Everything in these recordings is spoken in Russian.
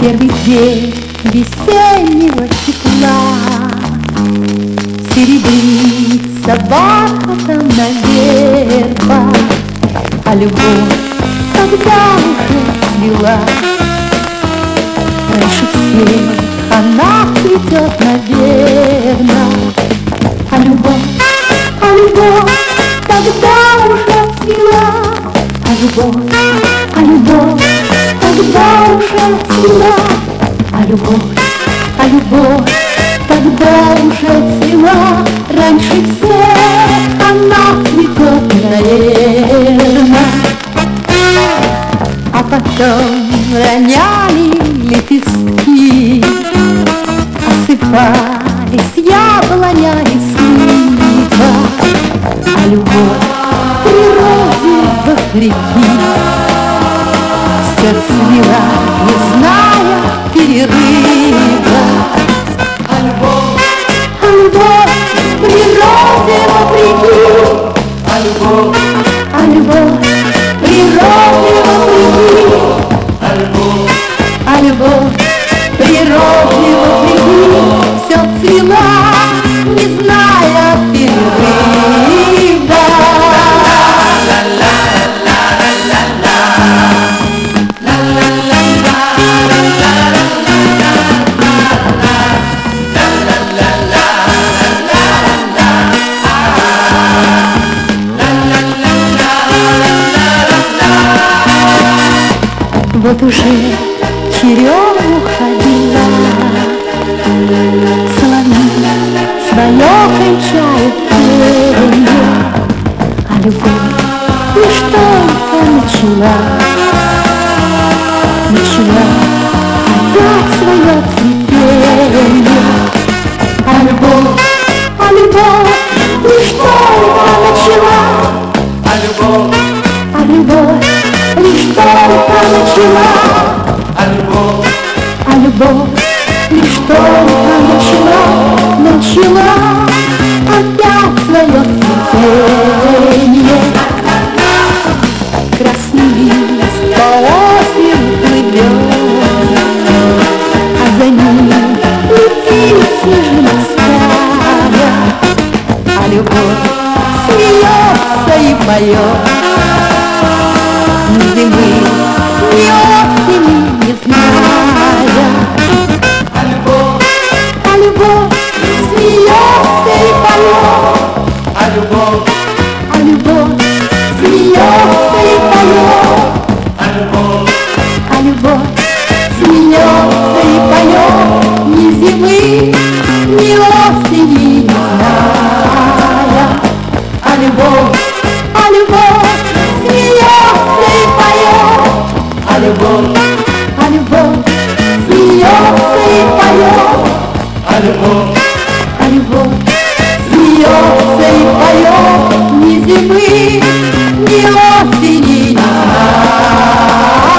Первый день весеннего тепла серебрится бархатом наверх, а любовь когда уже цвела. Раньше всех она цветет, наверно, а любовь когда уже цвела. А любовь когда уже цвела. А любовь когда уже цвела. Раньше всех она цветет, наверно. А потом роняли лепестки, осыпались яблоня и слива. А любовь природе вопреки все цвела, не зная перерыва. А любовь природе вопреки. А любовь природе вопреки. А любовь природе вопреки все цвела, не зная перерыва. Вот уже черемуха бела, соловьи свое кончают пение, а любовь лишь только начала опять свое цветение. А любовь лишь только начала. А любовь лишь только начала. А любовь лишь только начала опять свое цветение. Красный лист по озеру плывет, а за ним летит снежинская. А любовь смеется и поет, ни зимы, ни осени не зная. А любовь смеется и поет. А любовь смеется и поет. А любовь смеется и поет, ни зимы, ни осени не зная. А любовь смеется и поет. А любовь смеется и поет. А любовь смеется и поет, ни зимы, ни осени не зная.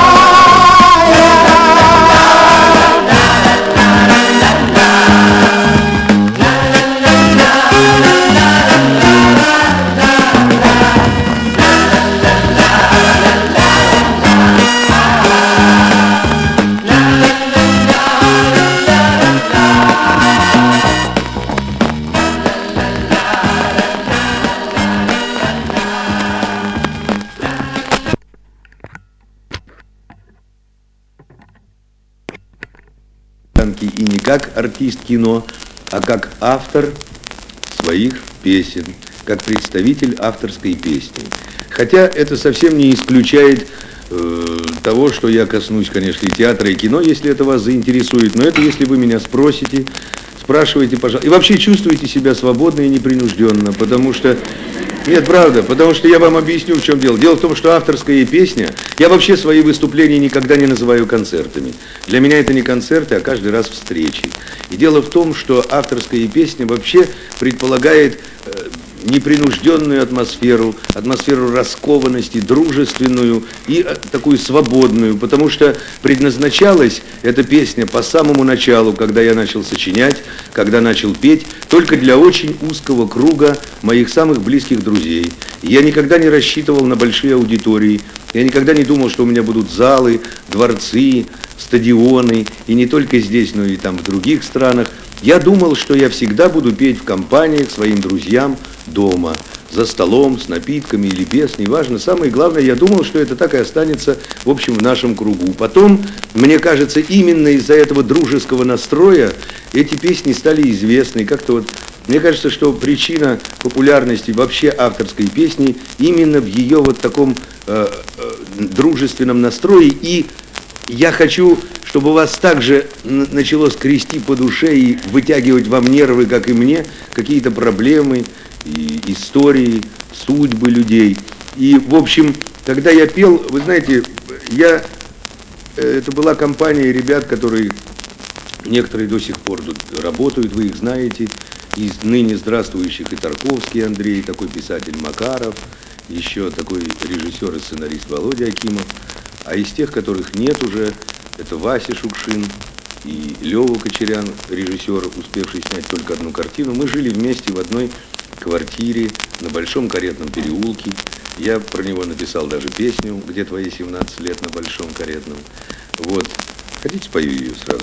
И не как артист кино, а как автор своих песен, как представитель авторской песни. Хотя это совсем не исключает того, что я коснусь, конечно, и театра, и кино, если это вас заинтересует. Но это если вы меня спросите, спрашивайте, пожалуйста. И вообще чувствуете себя свободно и непринужденно, потому что... Нет, правда, потому что я вам объясню, в чем дело. Дело в том, что авторская песня, я вообще свои выступления никогда не называю концертами. Для меня это не концерты, а каждый раз встречи. И дело в том, что авторская песня вообще предполагает непринужденную атмосферу, атмосферу раскованности, дружественную и такую свободную, потому что предназначалась эта песня по самому началу, когда я начал сочинять, когда начал петь, только для очень узкого круга моих самых близких друзей. Я никогда не рассчитывал на большие аудитории, Я никогда не думал, что у меня будут залы, дворцы, стадионы, и не только здесь, но и там в других странах. Я думал, что я всегда буду петь в компаниях своим друзьям дома, за столом, с напитками или без, неважно. Самое главное, я думал, что это так и останется, в общем, в нашем кругу. Потом, мне кажется, именно из-за этого дружеского настроя эти песни стали известны. Как-то вот, мне кажется, что причина популярности вообще авторской песни именно в ее вот таком дружественном настрое. И я хочу, чтобы у вас также начало скрести по душе и вытягивать вам нервы, как и мне, какие-то проблемы, и истории, судьбы людей. И, в общем, когда я пел, вы знаете, это была компания ребят, которые, некоторые до сих пор тут работают, вы их знаете, из ныне здравствующих и Тарковский Андрей, такой писатель Макаров, еще такой режиссер и сценарист Володя Акимов, а из тех, которых нет уже, это Вася Шукшин и Лёва Кочерян, режиссер, успевший снять только одну картину. Мы жили вместе в одной квартире на Большом Каретном переулке. Я про него написал даже песню «Где твои 17 лет на Большом Каретном». Вот. Хотите, спою ее сразу?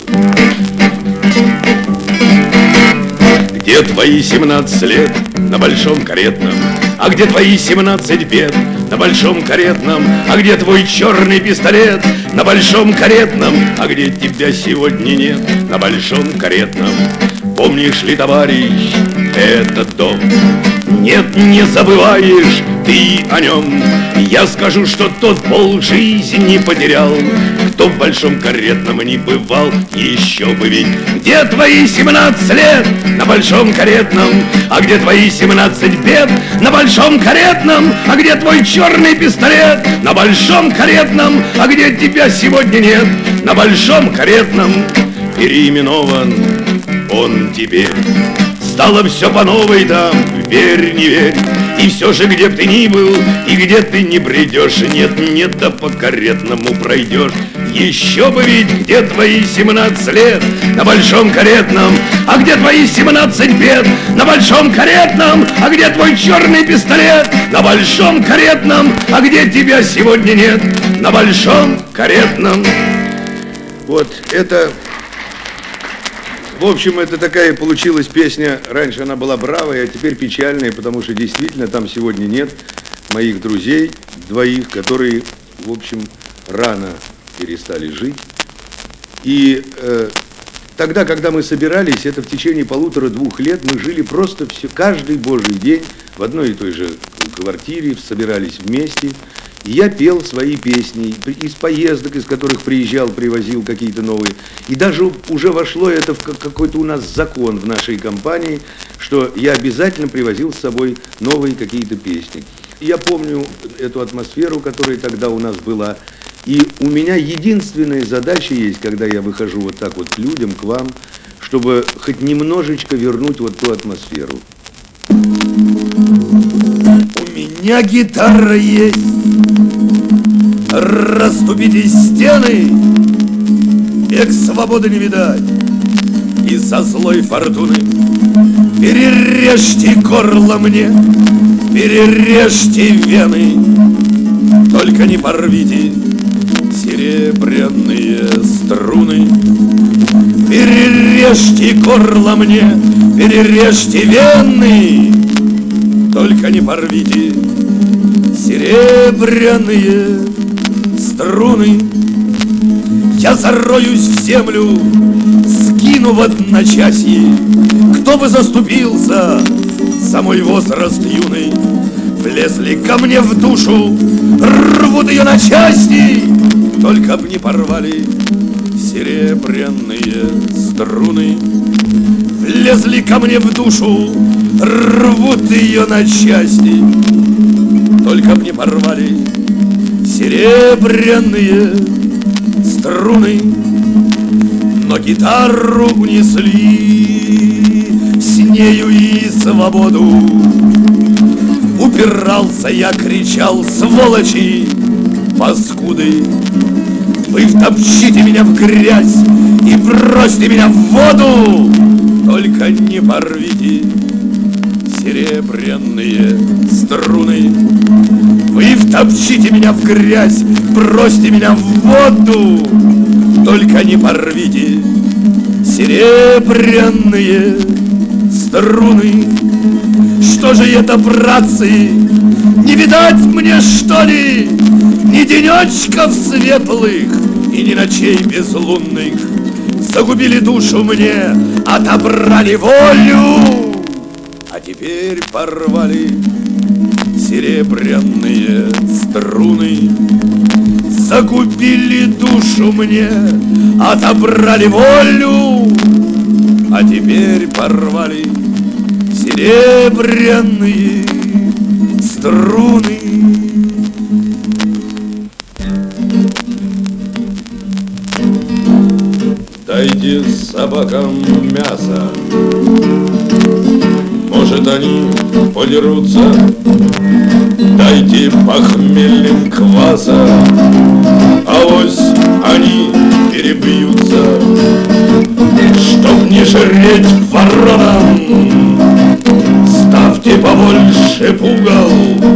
Где твои 17 лет на Большом Каретном? А где твои 17 бед на Большом Каретном? А где твой черный пистолет на Большом Каретном? А где тебя сегодня нет на Большом Каретном? Помнишь ли, товарищ, этот дом? Нет, не забываешь ты о нем. Я скажу, что тот полжизни потерял, кто в Большом Каретном не бывал, еще бы ведь. Где твои 17 лет на Большом Каретном? А где твои 17 бед на Большом Каретном? А где твой черный пистолет на Большом Каретном? А где тебя сегодня нет на Большом Каретном? Переименован он теперь. Стало все по новой там, верь, не верь. И все же, где б ты ни был, и где ты не придешь, нет, нет, да по Каретному пройдешь. Еще бы ведь, где твои 17 лет на Большом Каретном? А где твои 17 бед на Большом Каретном? А где твой черный пистолет на Большом Каретном? А где тебя сегодня нет на Большом Каретном? Вот это... В общем, это такая получилась песня. Раньше она была бравая, а теперь печальная, потому что действительно там сегодня нет моих друзей, двоих, которые, в общем, рано перестали жить. И тогда, когда мы собирались, это в течение 1,5-2 лет, мы жили просто каждый божий день в одной и той же квартире, собирались вместе. И я пел свои песни из поездок, из которых приезжал, привозил какие-то новые. И даже уже вошло это в какой-то у нас закон в нашей компании, что я обязательно привозил с собой новые какие-то песни. И я помню эту атмосферу, которая тогда у нас была. И у меня единственная задача есть, когда я выхожу вот так вот к людям, к вам, чтобы хоть немножечко вернуть вот ту атмосферу. У меня гитара есть. Расступите стены, век свободы не видать, и со злой фортуны перережьте горло мне, перережьте вены, только не порвите серебряные струны. Перережьте горло мне, перережьте вены, только не порвите серебряные струны. Я зароюсь в землю, скину в одночасье. Кто бы заступился за мой возраст юный? Влезли ко мне в душу, рвут ее на части, только б не порвали серебряные струны. Влезли ко мне в душу, рвут ее на части, только б не порвали серебряные струны. Но гитару унесли, с нею и свободу. Упирался я, кричал: сволочи, паскуды, вы втопчите меня в грязь и бросьте меня в воду, только не порвите серебряные серебряные струны. Вы втопчите меня в грязь, бросьте меня в воду, только не порвите серебряные струны. Что же это, братцы, не видать мне, что ли, ни денечков светлых и ни ночей безлунных? Загубили душу мне, отобрали волю, а теперь порвали серебряные струны. Загубили душу мне, отобрали волю, а теперь порвали серебряные струны. Дайте собакам мясо, может, они подерутся. Дайте похмельным кваса, авось они перебьются. Чтоб не жреть воронам, ставьте побольше пугал.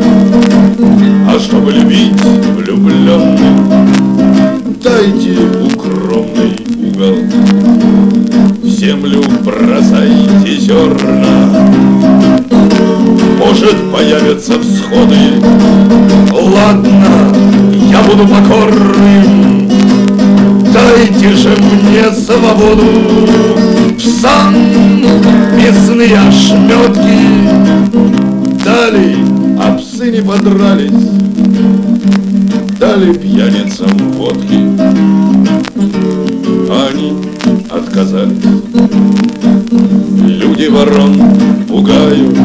А чтобы любить влюбленных, дайте укромный угол. В землю бросайте зерна, может, появятся всходы. Ладно, я буду покорным, дайте же мне свободу. В сан мясные ошметки дали, а псы не подрались. Дали пьяницам водки, они отказались. Люди ворон пугают,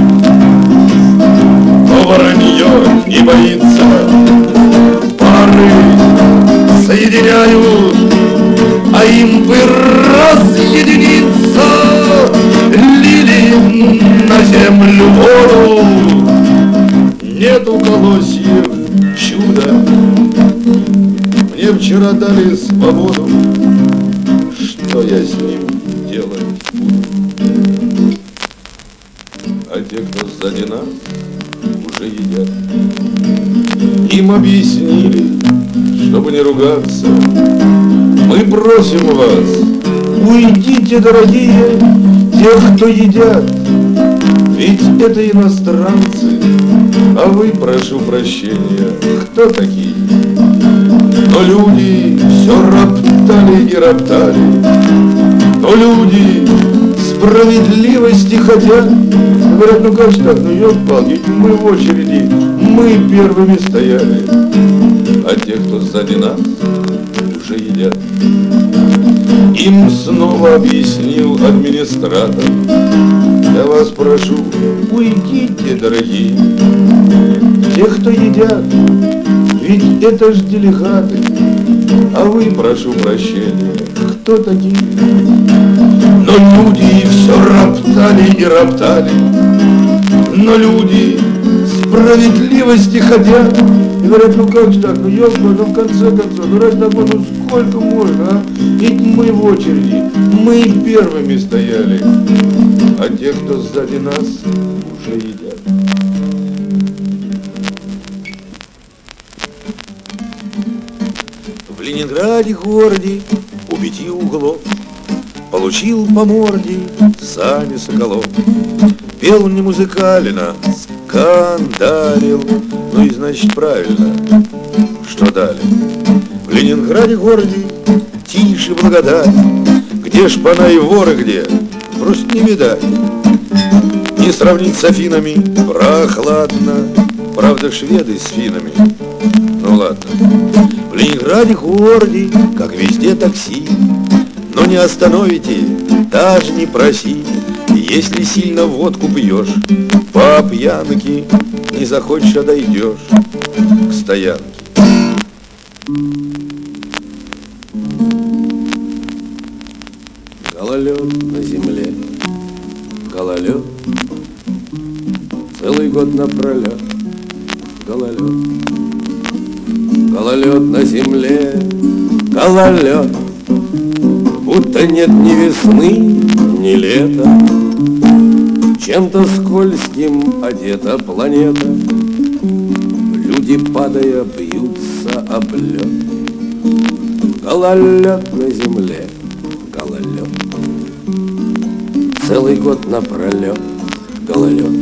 но воронье не боится. Пары соединяют, а им бы разъединиться. Лили на землю воду, нету колосьев чуда. Мне вчера дали свободу, что я с ним делать буду? А те, кто сзади нас, уже едят. Им объяснили, чтобы не ругаться. Мы просим вас, уйдите, дорогие, тех, кто едят. Ведь это иностранцы, а вы, прошу прощения, кто такие? Но люди все роптали и роптали, но люди справедливости хотят. Говорят, ну как же так, ну ёлки-палки, ведь мы в очереди, мы первыми стояли, а те, кто сзади нас, уже едят. Им снова объяснил администратор: я вас прошу, уйдите, дорогие, те, кто едят, ведь это ж делегаты, а вы, прошу прощения, кто такие? Но люди все роптали и роптали, но люди справедливости хотят. И говорят, ну как же так, ну ёлка, ну в конце концов, ну ради такого, ну сколько можно, а? Ведь мы в очереди, мы первыми стояли, а те, кто сзади нас, уже едят. В Ленинграде городе у 5 углов получил по морде Саня Соколов. Пел он не музыкально, скандалил, ну и значит правильно, что дали. В Ленинграде городе тише благодать, где шпана и воры где, просто не видать. Не сравнить с Афинами, прохладно, правда шведы с финами, ну ладно. В Ленинграде городе, как везде, такси, но не остановите, даже не проси. Если сильно водку пьешь, по пьянке не захочешь, а дойдешь к стоянке. Гололед на земле, гололед, целый год напролет, гололед. Гололед на земле, гололед, будто нет ни весны, ни лета. Чем-то скользким одета планета, люди, падая, бьются об лед. Гололед на земле, гололед, целый год напролет гололед.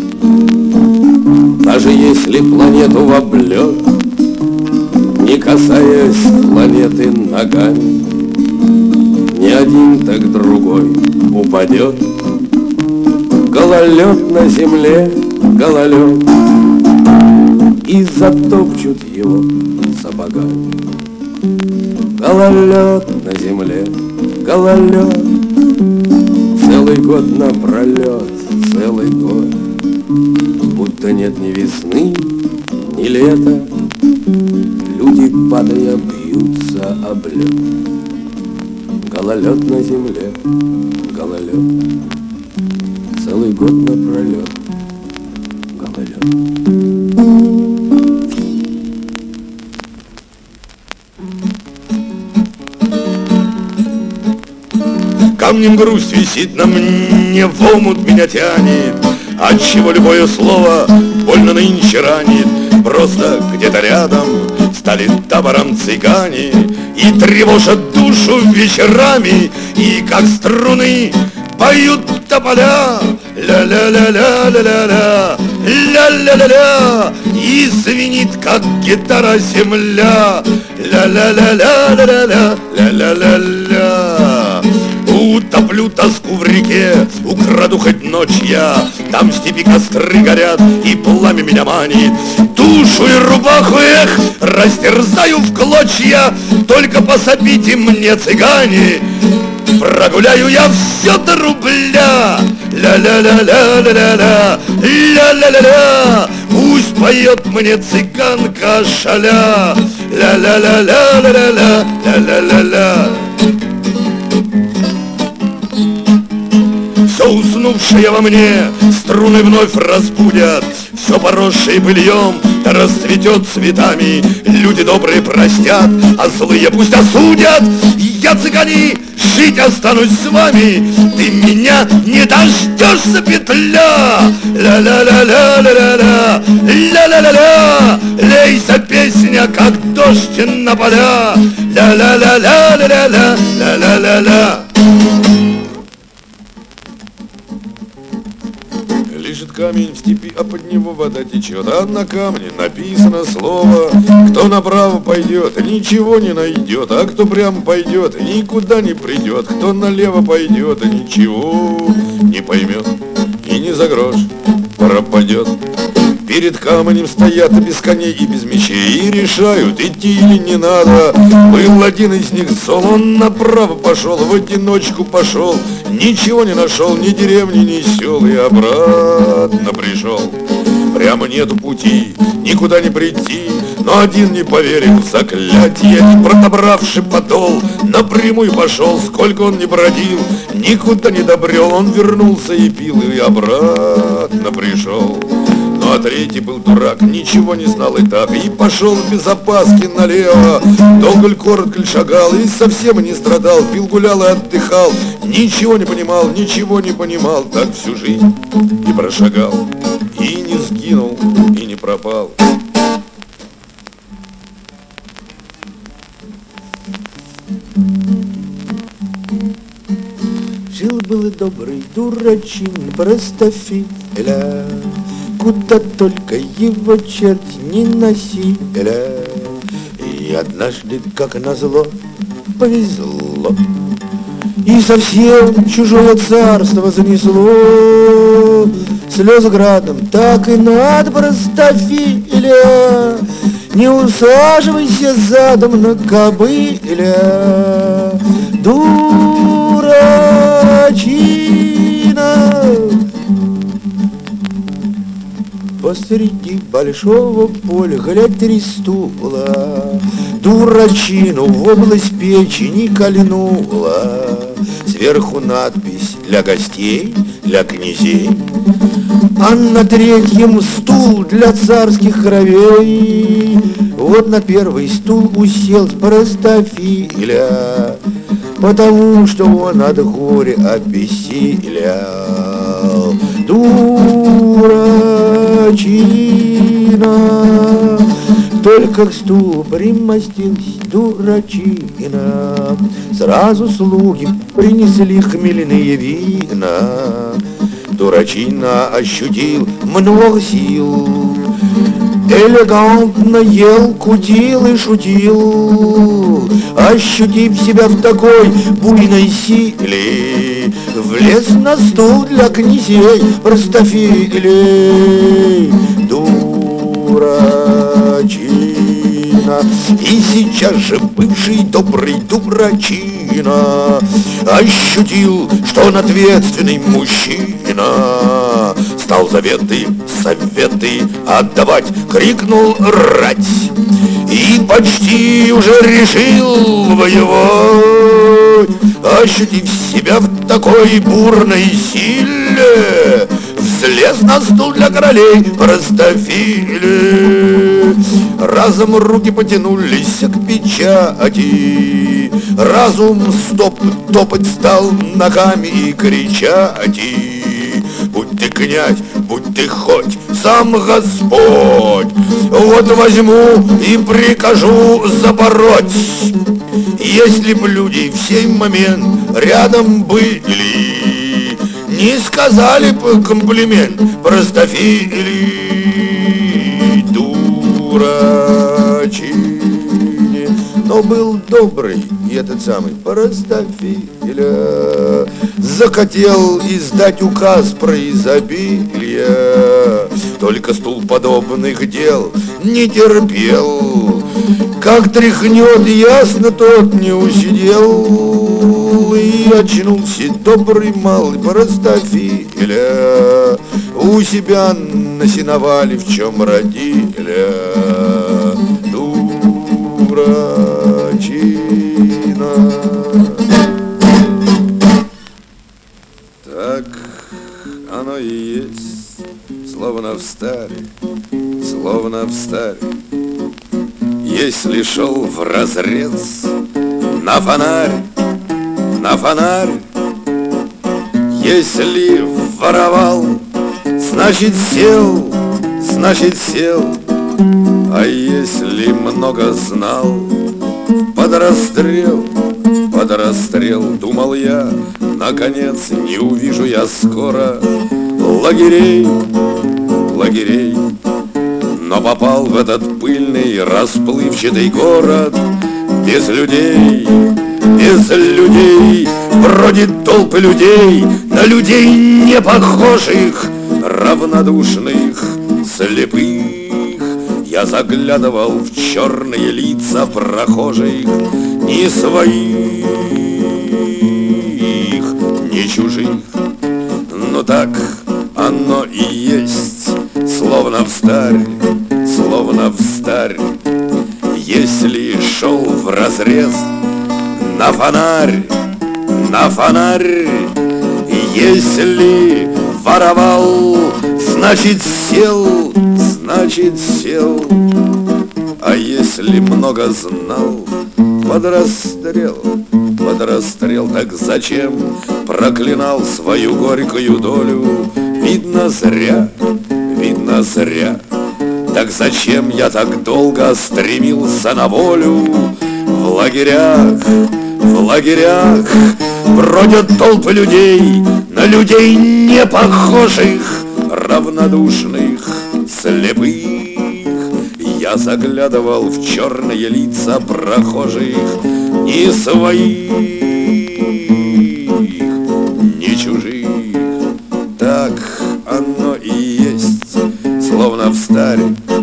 Даже если планету в облет, не касаясь планеты ногами, ни один, так другой упадет. Гололед на земле, гололед, и затопчут его сапогами. Гололед на земле, гололед, целый год напролет, целый год. Будто нет ни весны, ни лета, люди, падая, бьются об лед. Гололед на земле, гололед, целый год напролет, гололед. Камнем грусть висит на мне, в омут меня тянет, отчего любое слово больно нынче ранит. Просто где-то рядом стали табором цыгане и тревожат душу вечерами, и как струны поют тополя, ля-ля-ля-ля-ля-ля-ля, ля-ля-ля-ля, и звенит, как гитара, земля, ля-ля-ля-ля-ля-ля, ля-ля-ля-ля. Утоплю тоску в реке, украду хоть ночь я, там в степи костры горят, и пламя меня манит. Душу и рубаху, эх, растерзаю в клочья, только пособите мне, цыгане, прогуляю я все до рубля. Ля-ля-ля-ля-ля-ля-ля, ля-ля-ля-ля, пусть поет мне цыганка шаля. Ля-ля-ля-ля-ля-ля, ля-ля-ля-ля. Все уснувшее во мне струны вновь разбудят, все поросшее быльем да расцветет цветами. Люди добрые простят, а злые пусть осудят. Я, цыгане, жить останусь с вами, ты меня не дождешься, петля. Ля-ля-ля-ля-ля-ля-ля, ля-ля-ля-ля, лейся песня, как дождь на поля. Ля-ля-ля-ля-ля-ля, ля-ля-ля-ля. Лежит камень в степи, а под него вода течет, а на камне написано слово. Кто направо пойдет, ничего не найдет, а кто прямо пойдет, никуда не придет. Кто налево пойдет, ничего не поймет и ни за грош пропадет. Перед камнем стоят без коней и без мечей, и решают, идти или не надо. Был один из них зол, он направо пошел, в одиночку пошел, ничего не нашел, ни деревни, ни сел, и обратно пришел. Прямо нету пути, никуда не прийти, но один не поверил в заклятие, протобравший подол, напрямую пошел, сколько он не бродил, никуда не добрел, он вернулся и пил, и обратно пришел. Ну а третий был дурак, ничего не знал и так, и пошел без опаски налево. Долго ль, коротко ль шагал, и совсем не страдал, пил, гулял и отдыхал, ничего не понимал, так всю жизнь и прошагал, и не сгинул, и не пропал. Жил-был и добрый дурачин, простофиля, куда только его черт не носили. И однажды, как назло, повезло, и совсем чужого царства занесло. Слезы градом так и над простофиля, не усаживайся задом на кобыля, дурачина. Посреди большого поля, глядь, 3 стула, дурачину в область печени кольнула. Сверху надпись для гостей, для князей, а на 3-м стул для царских кровей. Вот на 1-й стул уселся простофиля, потому что он от горя обессилял. дурачина. Только к стулу примостилась дурачина, сразу слуги принесли хмельные вина. Дурачина ощутил много сил, элегантно ел, кутил и шутил. Ощутив себя в такой буйной силе, влез на стул для князей простофилей. Дурачина. И сейчас же бывший добрый дурачина ощутил, что он ответственный мужчина. Стал советы отдавать, крикнул рать. И почти уже решил воевать. Ощутив себя в такой бурной силе, взлез на стул для королей простофили. Разом руки потянулись к печати, разум топать стал ногами и кричать. Будь ты князь, будь ты хоть сам Господь, вот возьму и прикажу запороть. Если б люди в сей момент рядом были, не сказали б комплимент простофили дурачине. Но был добрый и этот самый простофиля захотел издать указ про изобилие, только стул подобных дел не терпел. Как тряхнет, ясно, тот не усидел, и очнулся добрый малый простофиля у себя на сеновале, в чем родиля дурачина. Так оно и есть, словно встали, словно встали. Если шел вразрез на фонарь, если воровал, значит сел, а если много знал, под расстрел, думал я, наконец не увижу я скоро лагерей, но попал в этот пыльный, расплывчатый город без людей, бродит толпы людей, на людей не похожих, равнодушных, слепых. Я заглядывал в черные лица прохожих, ни своих, ни чужих. Но так оно и есть, словно встарь. Если шел вразрез на фонарь, если воровал, значит сел, а если много знал, под расстрел, так зачем проклинал свою горькую долю? Видно зря. Так зачем я так долго стремился на волю? В лагерях бродят толпы людей, на людей не похожих, равнодушных, слепых. Я заглядывал в черные лица прохожих, ни своих, ни чужих. Так оно и есть, словно встарь.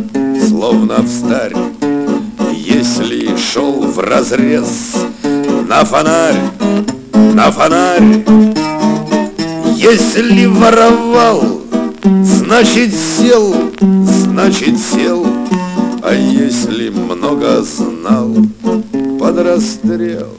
Если шел вразрез на фонарь, если воровал, значит сел, а если много знал, под расстрел.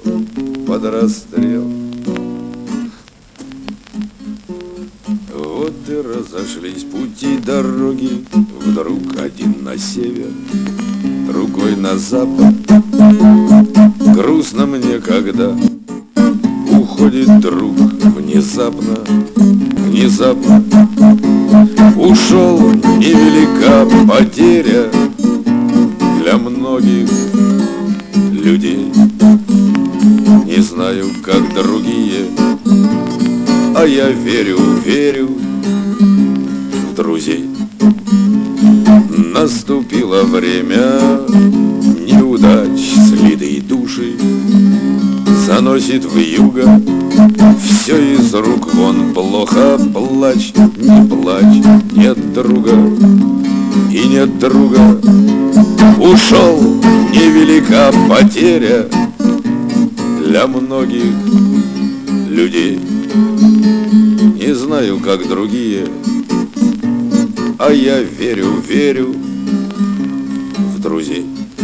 Вот и разошлись пути дороги, вдруг один на север, другой на запад. Грустно мне, когда уходит друг внезапно, внезапно. Ушел, невелика потеря для многих людей. Не знаю, как другие, а я верю, верю в друзей. Наступило время неудач, слитые души заносит вьюга. Все из рук вон плохо, плачь, не плачь, нет друга и нет друга. Ушел, невелика потеря для многих людей. Не знаю, как другие, а я верю, верю в друзей.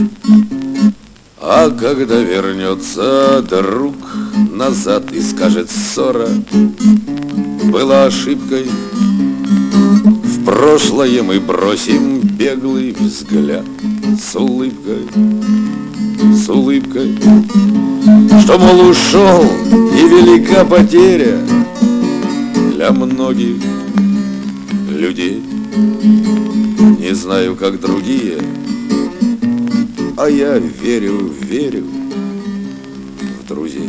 А когда вернется друг назад и скажет: ссора была ошибкой, в прошлое мы бросим беглый взгляд с улыбкой, что, мол, ушел, и велика потеря для многих людей. Не знаю, как другие, а я верю, верю в друзей.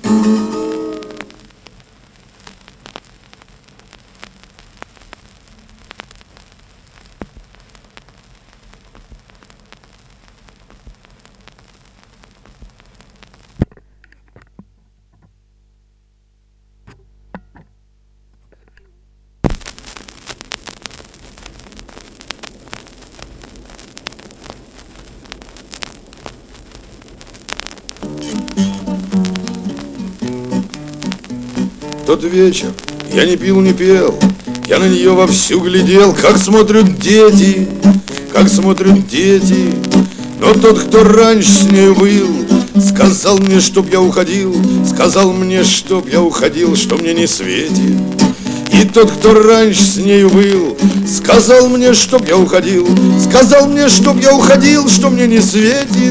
Тот вечер я не пил, не пел, я на нее вовсю глядел, как смотрят дети, как смотрят дети. Но тот, кто раньше с нею был, сказал мне, чтоб я уходил, сказал мне, чтоб я уходил, что мне не светит. И тот, кто раньше с нею был, сказал мне, чтоб я уходил, сказал мне, чтоб я уходил, что мне не светит.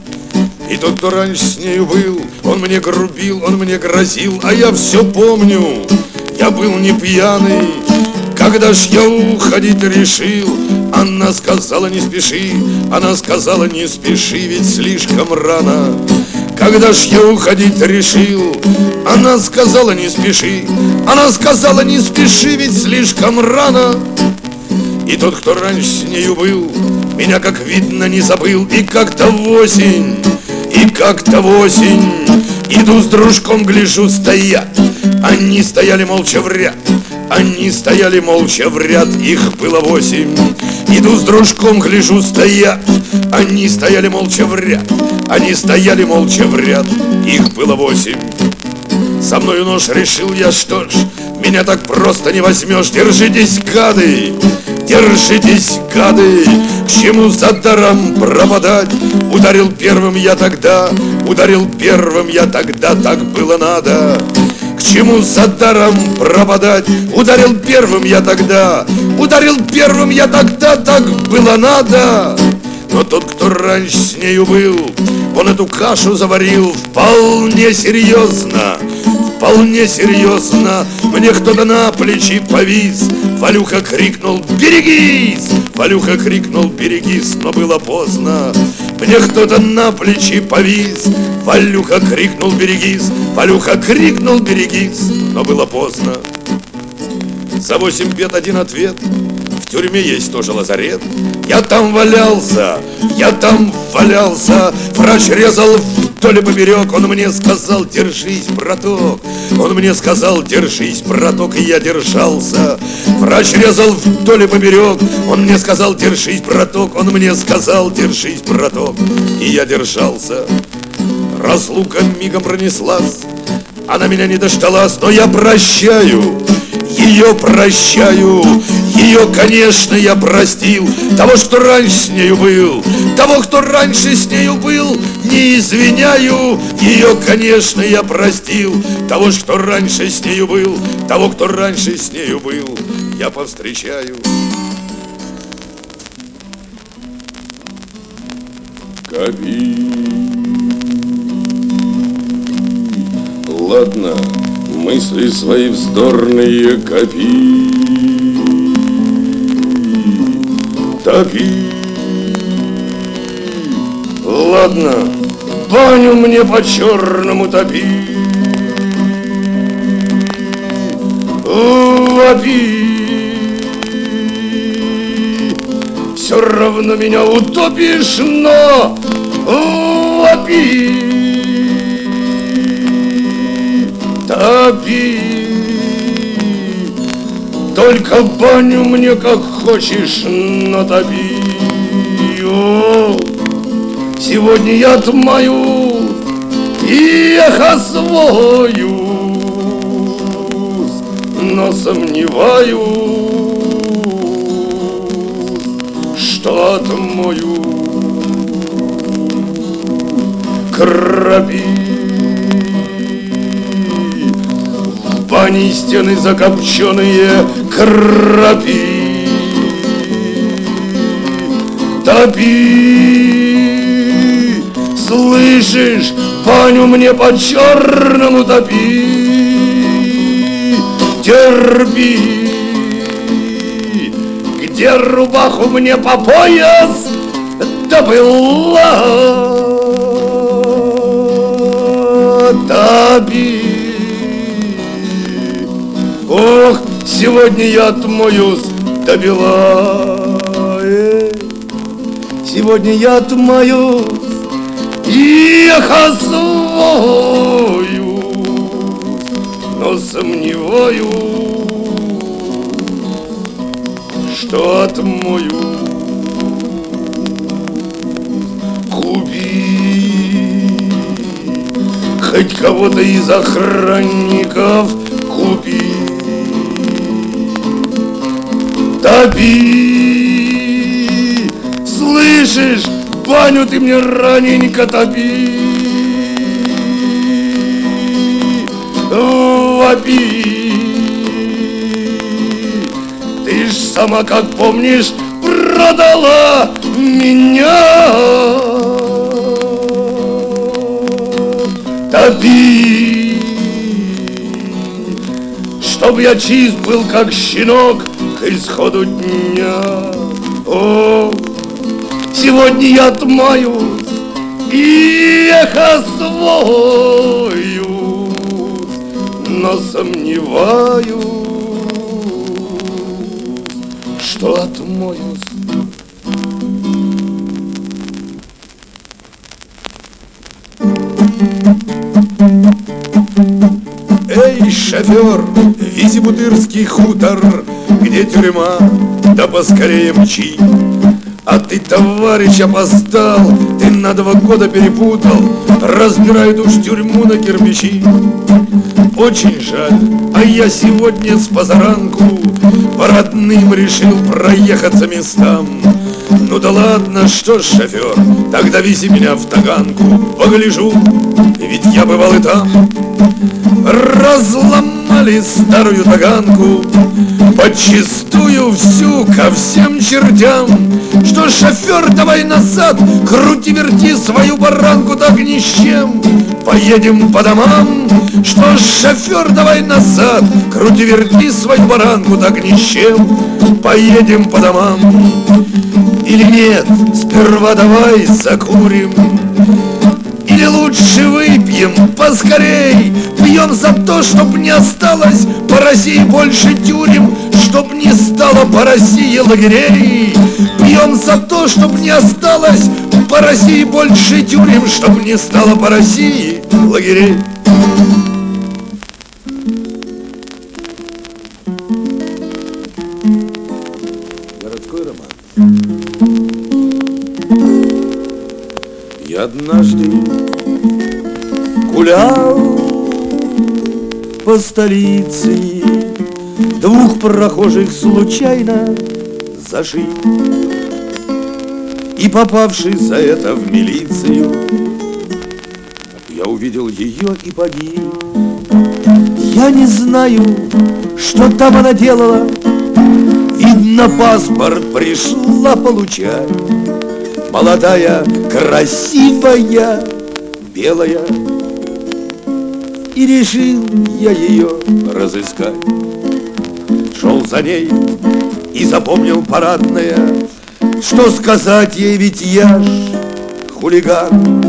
И тот, кто раньше с нею был, он мне грубил, он мне грозил, а я все помню, я был не пьяный. Когда ж я уходить решил, она сказала: не спеши, она сказала: не спеши, ведь слишком рано. Когда ж я уходить решил, она сказала: не спеши, она сказала: не спеши, ведь слишком рано. И тот, кто раньше с нею был, меня, как видно, не забыл. И как-то в осень, и как-то в осень, иду с дружком, гляжу, стоят. Они стояли молча в ряд, они стояли молча в ряд, их было 8. Иду с дружком, гляжу, стоят. Они стояли молча в ряд, они стояли молча в ряд, их было 8. Со мною нож, решил я, что ж, меня так просто не возьмешь. Держитесь, гады, держитесь, гады, к чему за даром пропадать? Ударил первым я тогда, ударил первым я тогда, так было надо. К чему за даром пропадать? Ударил первым я тогда, ударил первым я тогда, так было надо. Но тот, кто раньше с нею был, он эту кашу заварил вполне серьезно, вполне серьезно. Мне кто-то на плечи повис, Валюха крикнул: берегись! Валюха крикнул: берегись, но было поздно. Мне кто-то на плечи повис, Валюха крикнул: берегись! Валюха крикнул: берегись, но было поздно. За 8 бед один ответ: в тюрьме есть тоже лазарет. Я там валялся, я там валялся. Врач резал вдоль и поперек. Он мне сказал: держись, браток. Он мне сказал: держись, браток, и я держался. Врач резал вдоль и поперек. Он мне сказал: держись, браток. Он мне сказал: держись, браток, и я держался. Разлука мигом пронеслась, она меня не дождалась, но я прощаю, ее прощаю. Ее, конечно, я простил. Того, что раньше с нею был, того, кто раньше с нею был, не извиняю. Ее, конечно, я простил. Того, что раньше с нею был, того, кто раньше с нею был, я повстречаю. Копи. Ладно, мысли свои вздорные копи. Топи. Ладно, баню мне по-черному топи. Лови. Все равно меня утопишь, но лови. Топи. Только баню мне как хочешь натопи. О, сегодня я отмою и охосвоюсь, но сомневаюсь, что отмою. Крапи. В бане стены закопченые, крапи. Топи. Слышишь, баню мне по-черному топи. Терпи. Где рубаху мне по пояс добыла? Топи. Ох, сегодня я отмоюсь до бела. Сегодня я отмоюсь и охосвоюсь, но сомневаюсь, что отмою. Купи хоть кого-то из охранников, купи. Топи. Слышишь, баню ты мне раненько топи. Вопи. Ты ж сама, как помнишь, продала меня. Топи. Чтоб я чист был, как щенок, к исходу дня. О, сегодня я отмоюсь и охосвоюсь, но сомневаюсь, что отмоюсь. Эй, шофер, вези Бутырский хутор, где тюрьма, да поскорее мчи. А ты, товарищ, опоздал, ты на 2 года перепутал, разбирают уж тюрьму на кирпичи. Очень жаль, а я сегодня с позаранку по родным решил проехаться местам. Ну да ладно, что ж, шофер, тогда вези меня в Таганку, погляжу, ведь я бывал и там. Разломали старую Таганку, подчистую всю ко всем чертям. Что ж, шофер, давай назад, крути-верти свою баранку, так ни с чем. Поедем по домам. Что ж, шофер, давай назад, крути-верти свою баранку, так ни с чем. Поедем по домам. Или нет, сперва давай закурим, или лучше выпьем поскорей. Пьем за то, чтоб не осталось по России больше тюрем, чтоб не стало по России лагерей. Пьем за то, чтоб не осталось по России больше тюрем, чтоб не стало по России лагерей. Городской роман. Я однажды гулял по столице, 2 прохожих случайно зашиб, и попавший за это в милицию, я увидел ее и погиб. Я не знаю, что там она делала, видно, паспорт пришла получать. Молодая, красивая, белая, И решил я ее разыскать. Шел за ней и запомнил парадное, что сказать ей, ведь я ж хулиган.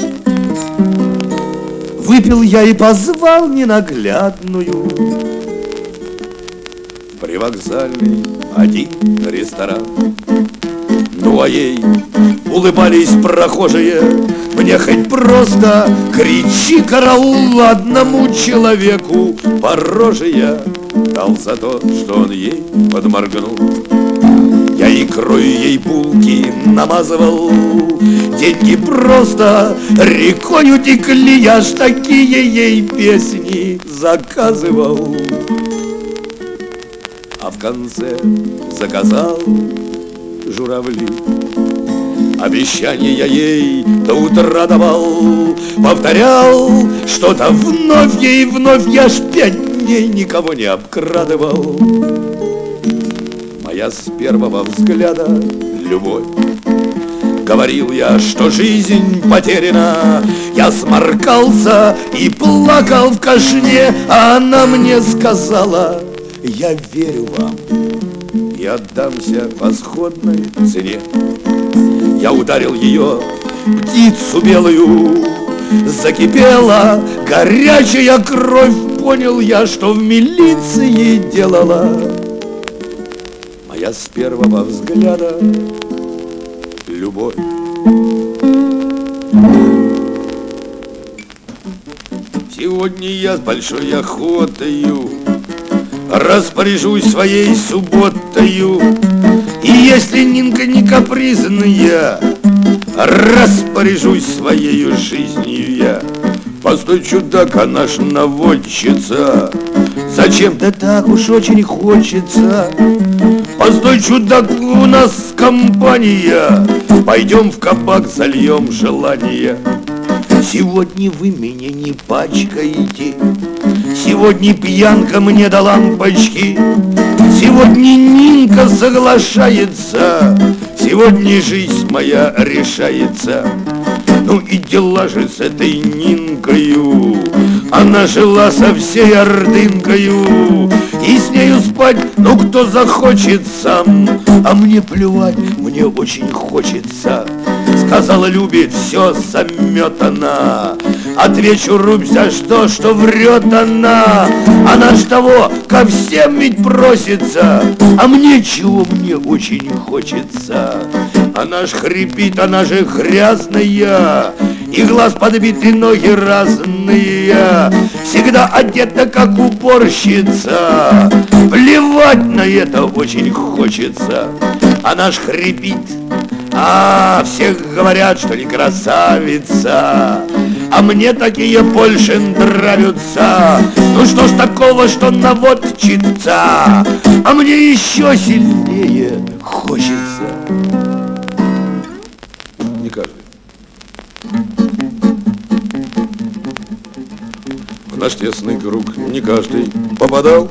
Выпил я и позвал ненаглядную в привокзальный один ресторан. Ну а ей улыбались прохожие, мне хоть просто кричи караул, одному человеку по роже я дал за то, что он ей подморгнул. Я икрою ей булки намазывал, деньги просто рекою текли, я ж такие ей песни заказывал. А в конце заказал журавли. Обещание я ей до утра давал, повторял что-то вновь ей вновь, я ж 5 дней никого не обкрадывал. Моя с первого взгляда любовь. Говорил я, что жизнь потеряна, я сморкался и плакал в кашне, а она мне сказала: я верю вам и отдамся по сходной цене. Я ударил ее, птицу белую, закипела горячая кровь, понял я, что в милиции делала моя с первого взгляда любовь. Сегодня я с большой охотою распоряжусь своей субботою, и если Нинка не капризная, распоряжусь своей жизнью я. Постой, чудак, она ж наводчица, зачем-то так уж очень хочется. Постой, чудак, у нас компания, пойдем в кабак, зальем желание. Сегодня вы меня не пачкаете, сегодня пьянка мне до лампочки, сегодня Нинка соглашается, сегодня жизнь моя решается. Ну и дела же с этой Нинкою, она жила со всей ордынкою, и с нею спать, ну кто захочет сам, а мне плевать, мне очень хочется. Сказала, любит, все заметана, отвечу, рубь за что врет она. Она ж того ко всем ведь просится, а мне чего, мне очень хочется. Она ж хрипит, она же грязная, и глаз подбит, и ноги разные, всегда одета как уборщица. Плевать на это очень хочется. Она ж хрипит, а всех говорят, что не красавица, а мне такие больше нравятся. Ну что ж такого, что наводчица, а мне еще сильнее хочется. Не каждый. В наш тесный круг не каждый попадал.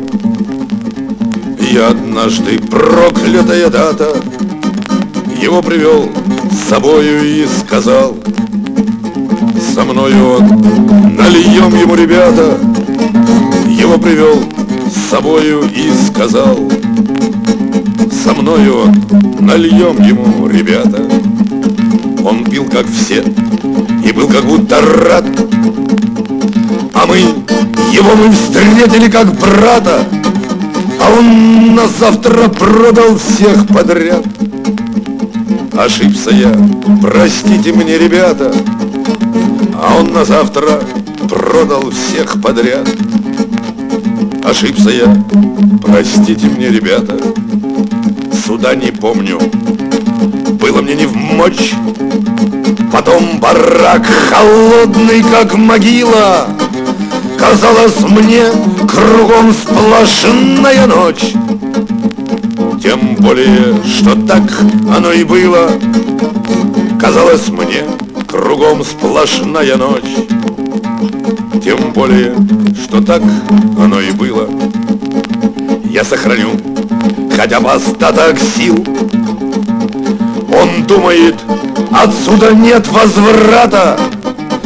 Я однажды, проклятая дата, его привел с собою и сказал: со мною он, нальем ему, ребята. Его привел с собою и сказал: со мною он, нальем ему, ребята. Он пил, как все, и был как будто рад, а мы встретили как брата, а он на завтра продал всех подряд. Ошибся я, простите мне, ребята, а он на завтра продал всех подряд. Ошибся я, простите мне, ребята, суда не помню, было мне не вмочь. Потом барак холодный, как могила, казалось мне, кругом сплошная ночь. Тем более, что так оно и было, казалось мне, кругом сплошная ночь. Тем более, что так оно и было. Я сохраню хотя бы остаток сил. Он думает, отсюда нет возврата,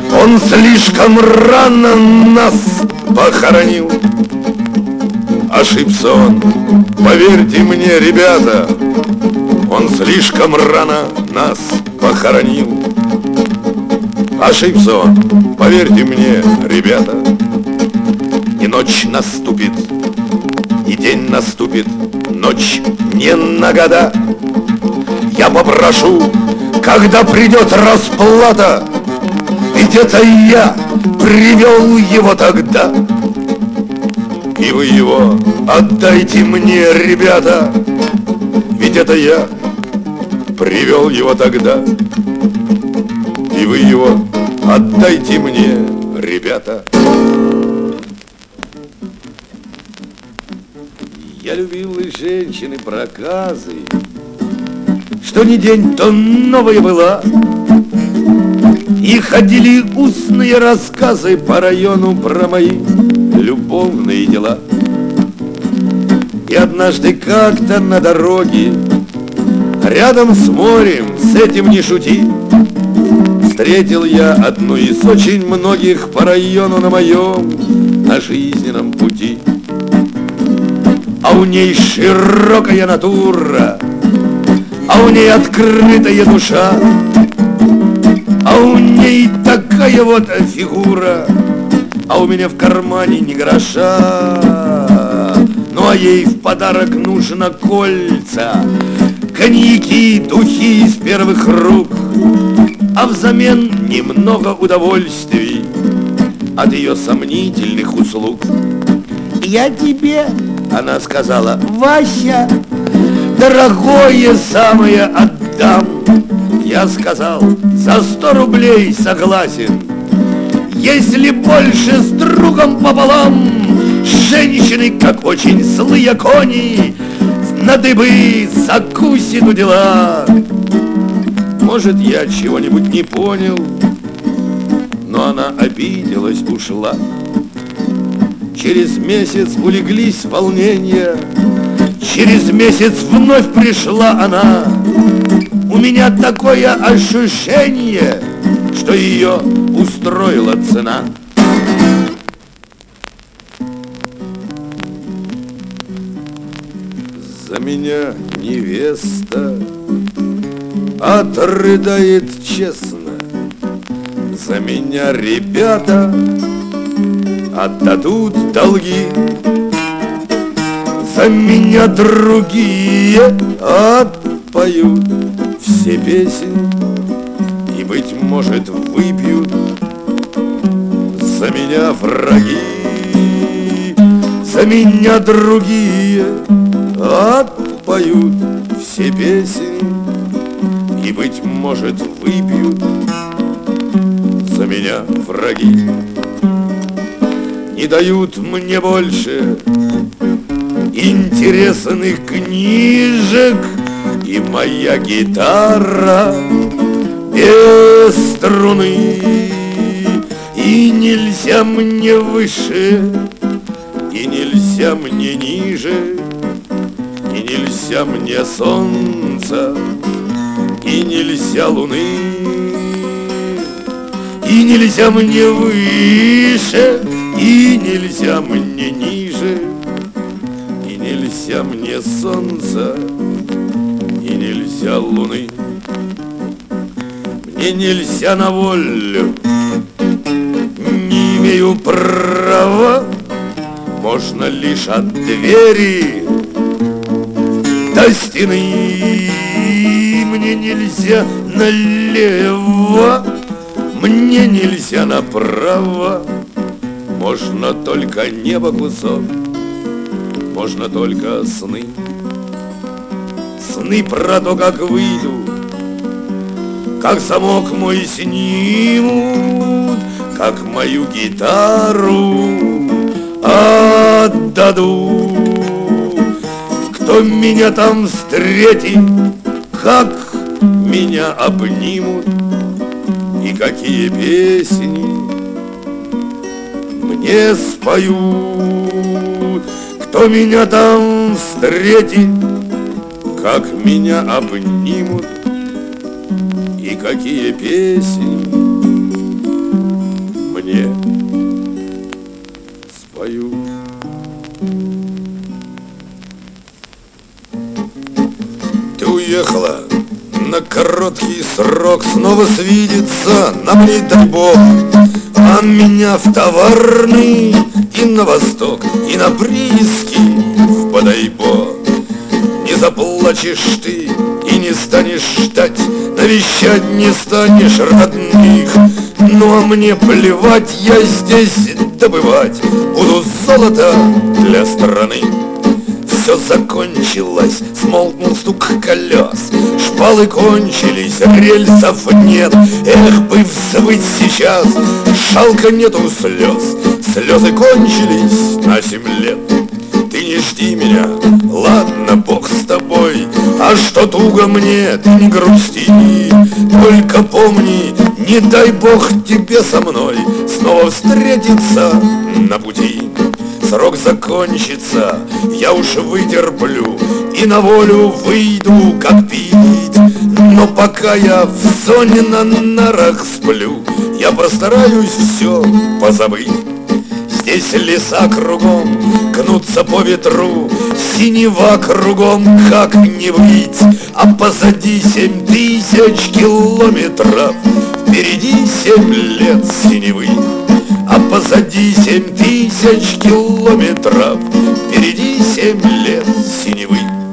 Он слишком рано нас похоронил. Ошибся он, поверьте мне, ребята, он слишком рано нас похоронил. Ошибся он, поверьте мне, ребята. И ночь наступит, и день наступит, ночь не на года. Я попрошу, когда придет расплата, ведь это я привел его тогда. И вы его отдайте мне, ребята, ведь это я привел его тогда. И вы его отдайте мне, ребята. Я любил и женщины проказы, что ни день, то новая была. И ходили устные рассказы по району про мои любовные дела. И однажды как-то на дороге, рядом с морем, с этим не шути, встретил я одну из очень многих по району на моем, на жизненном пути. А у ней широкая натура, а у ней открытая душа, а у ней такая вот фигура, а у меня в кармане ни гроша. Ну а ей в подарок нужно кольца, коньяки, духи из первых рук, а взамен немного удовольствий от ее сомнительных услуг. Я тебе, она сказала, Вася, дорогое самое отдам. Я сказал, за 100 рублей согласен, если больше с другом пополам. Женщины, как очень злые кони, на дыбы закусит у дела. Может, я чего-нибудь не понял, но она обиделась, ушла. Через месяц улеглись волнения, через месяц вновь пришла она. У меня такое ощущение, что ее устроила цена. За меня невеста отрыдает честно, за меня ребята отдадут долги, за меня другие отпоют все песни и, быть может, выпьют за меня враги, за меня другие отпоют все песни и, быть может, выпьют за меня враги. Не дают мне больше интересных книжек, и моя гитара без струны. И нельзя мне выше, и нельзя мне ниже, и нельзя мне солнца, и нельзя луны. И нельзя мне выше, и нельзя мне ниже, и нельзя мне солнца, и нельзя луны. Мне нельзя на волю, не имею права, можно лишь от двери до стены. Мне нельзя налево, мне нельзя направо, можно только небо кусок, можно только сны. Сны про то, как выйду, как замок мой снимут, как мою гитару отдаду. Кто меня там встретит, как меня обнимут, и какие песни мне споют. Кто меня там встретит, как меня обнимут, и какие песни тебе спою. Ты уехала на короткий срок, снова свидеться нам не дай бог. А меня в Товарный и на восток, и на прииски в Бодайбо. Не заплачешь ты и не станешь ждать, навещать не станешь родных. Ну а мне плевать, я здесь добывать буду золото для страны. Все закончилось, смолкнул стук колес, шпалы кончились, рельсов нет. Эх, бы взвыть сейчас, жалко нету слез, слезы кончились на 7 лет. Ты не жди меня, ладно, Бог с тобой, а что туго мне, ты не грусти. Только помни, не дай Бог тебе со мной снова встретиться на пути. Срок закончится, я уж вытерплю и на волю выйду, как пить. Но пока я в зоне на нарах сплю, я постараюсь все позабыть. Здесь леса кругом гнутся по ветру, синева кругом, как не выйти. А позади 7000 километров, впереди 7 лет синевы. А позади 7000 километров, впереди 7 лет синевы.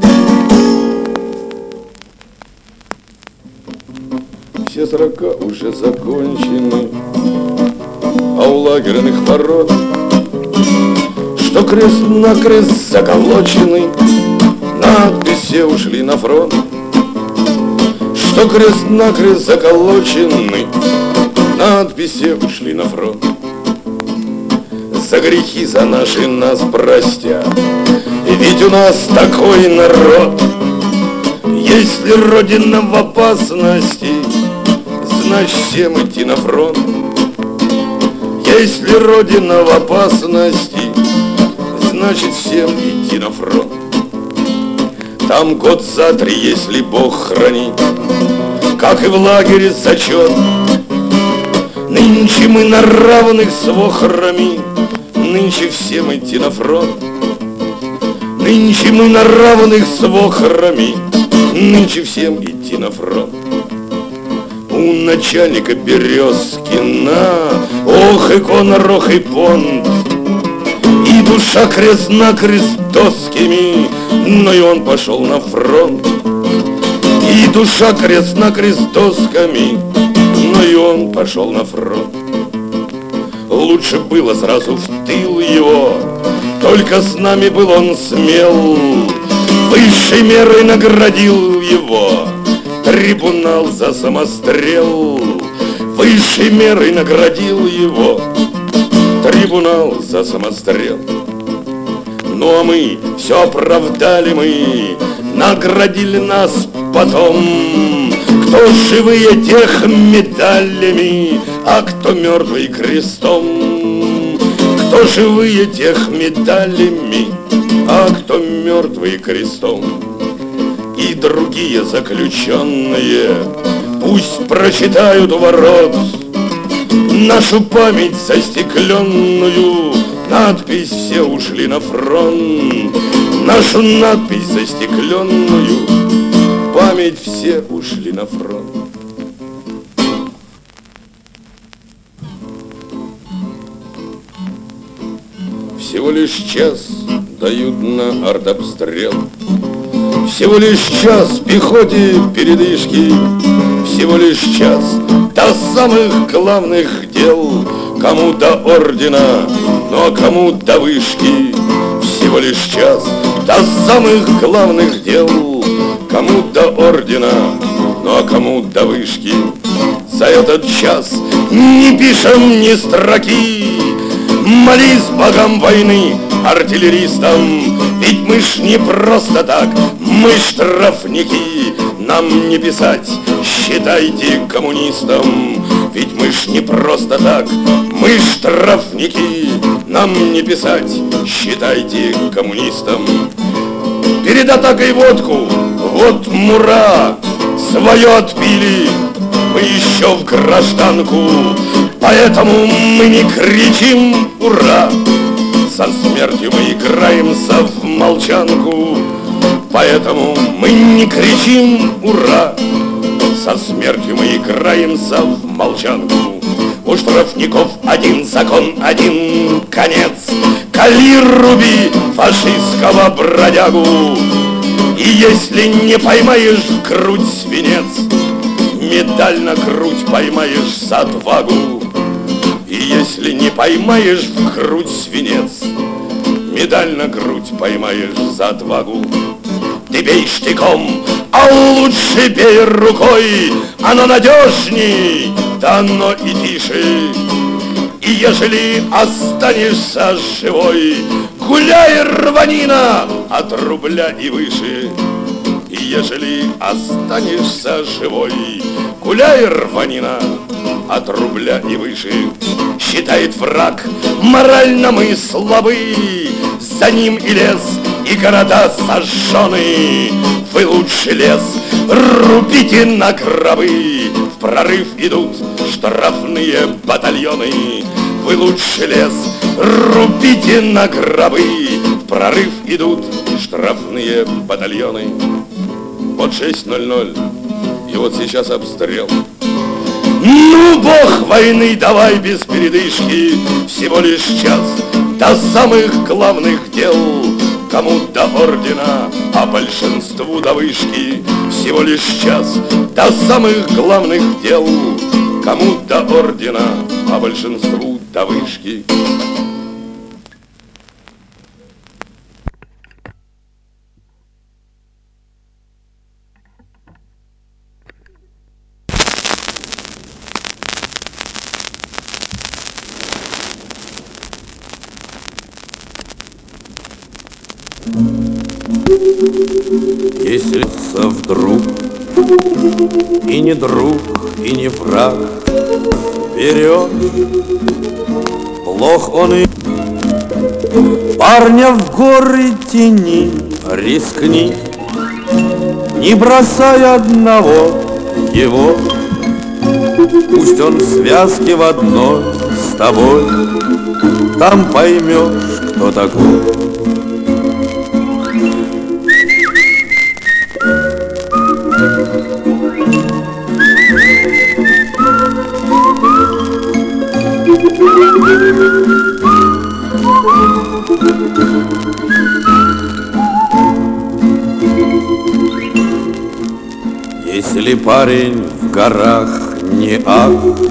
Все срока уже закончены, а у лагерных ворот, что крест-накрест заколочены, надписи ушли на фронт. Что крест-накрест заколочены, надписи ушли на фронт. За грехи за наши нас простят, ведь у нас такой народ. Если Родина в опасности, значит всем идти на фронт. Если Родина в опасности, значит всем идти на фронт. Там год за 3, если Бог хранит, как и в лагере зачет. Нынче мы на равных с вохрами, нынче всем идти на фронт. Нынче мы на равных с вохрами, нынче всем идти на фронт. У начальника Березкина, ох, икона, рох и понт, и душа крест-накрест доскими, но и он пошел на фронт. И душа крест-накрест досками, но и он пошел на фронт. Лучше было сразу в тыл его, только с нами был он смел. Высшей мерой наградил его трибунал за самострел. Высшей мерой наградил его трибунал за самострел. Ну а мы все оправдали, мы наградили нас потом. Кто живые, тех медалями, а кто мертвый крестом. Кто живые, тех медалями, а кто мертвый крестом. И другие заключенные пусть прочитают у ворот нашу память застекленную, надпись «Все ушли на фронт». Нашу надпись застекленную, память «Все ушли на фронт». Всего лишь час дают на артобстрел, всего лишь час пехоте передышки, всего лишь час до самых главных дел. Кому до ордена, ну а кому до вышки. Всего лишь час до самых главных дел. Кому до ордена, ну а кому до вышки. За этот час не пишем ни строки, молись богам войны, артиллеристам. Ведь мы ж не просто так, мы штрафники. Нам не писать, считайте коммунистам. Ведь мы ж не просто так, мы штрафники. Нам не писать, считайте коммунистам. Перед атакой водку, вот мура, свое отпили. Мы еще в гражданку Поэтому мы не кричим «Ура!», со смертью мы играемся в молчанку. Поэтому мы не кричим «Ура!», со смертью мы играемся в молчанку. У штрафников один закон, один конец. Кали, руби фашистского бродягу. И если не поймаешь в грудь свинец, медаль на грудь поймаешь за отвагу. И если не поймаешь в грудь свинец, медаль на грудь поймаешь за отвагу. Ты бей штыком, а лучше бей рукой, оно надежней, да оно и тише. И ежели останешься живой, гуляй, рванина, от рубля и выше. И ежели останешься живой, гуляй, рванина, от рубля и выше. Считает враг, морально мы слабы, за ним и лес, и города сожжены. Вы лучше лес рубите на гробы, в прорыв идут штрафные батальоны. Вы лучше лес рубите на гробы, в прорыв идут штрафные батальоны. Вот 6:00, и вот сейчас обстрел. Ну, бог войны, давай без передышки, всего лишь час до самых главных дел. Кому до ордена, а большинству до вышки. Всего лишь час до самых главных дел. Кому до ордена, а большинству до вышки. Если вдруг и не друг, и не враг берет, плох он и парня в горы тени рискни, не бросай одного его, пусть он в связке в одной с тобой, там поймешь, кто такой. Если парень в горах не ах,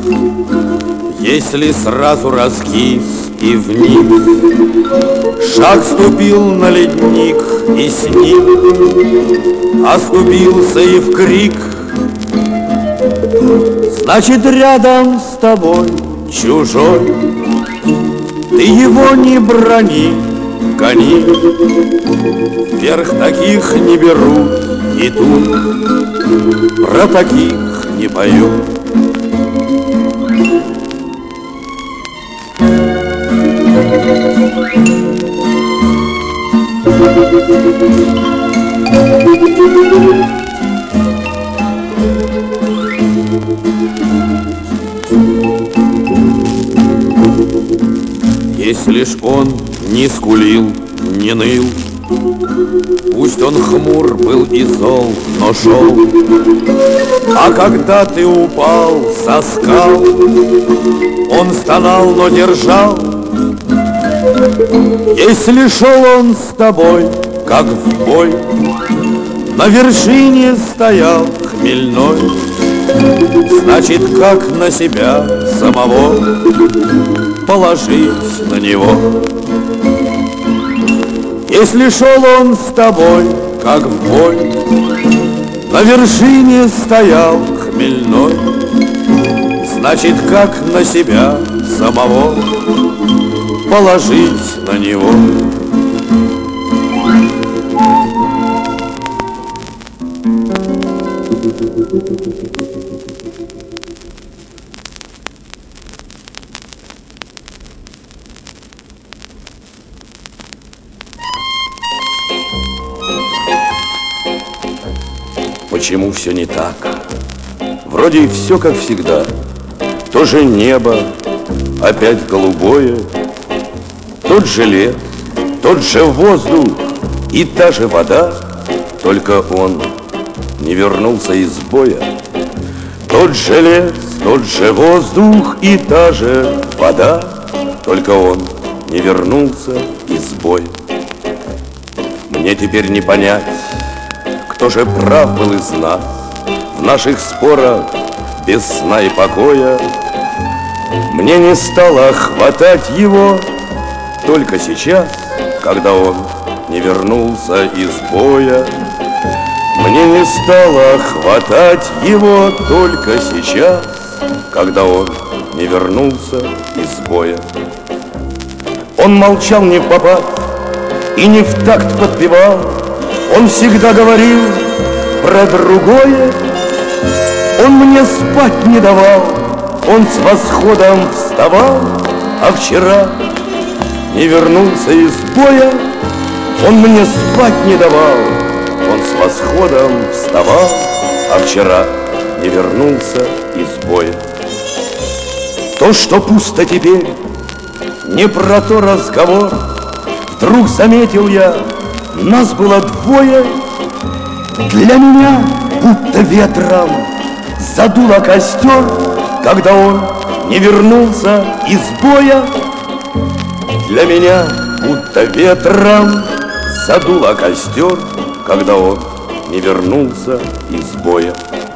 если сразу раскис и вниз, шаг ступил на ледник и с ним оступился и в крик, значит, рядом с тобой чужой, ты его не брони, гони, вверх таких не берут, и тут про таких не поют. Если ж он не скулил, не ныл, пусть он хмур был и зол, но шел. А когда ты упал со скал, он стонал, но держал. Если шел он с тобой, как в бой, на вершине стоял хмельной, значит, как на себя самого положись на него. Если шел он с тобой, как в бой, на вершине стоял хмельной, значит, как на себя самого положись на него. Почему все не так? Вроде все как всегда. То же небо, опять голубое. Тот же лес, тот же воздух и та же вода, только он не вернулся из боя. Тот же лес, тот же воздух и та же вода, только он не вернулся из боя. Мне теперь не понять, кто же прав был из нас в наших спорах без сна и покоя. Мне не стало хватать его только сейчас, когда он не вернулся из боя. Мне не стало хватать его только сейчас, когда он не вернулся из боя. Он молчал не впопад и не в такт подпевал, он всегда говорил про другое. Он мне спать не давал, он с восходом вставал, а вчера не вернулся из боя. Он мне спать не давал, он с восходом вставал, а вчера не вернулся из боя. То, что пусто теперь, не про то разговор. Вдруг заметил я, нас было двое. Для меня будто ветром задуло костер, когда он не вернулся из боя. Для меня будто ветром задуло костер, когда он не вернулся из боя.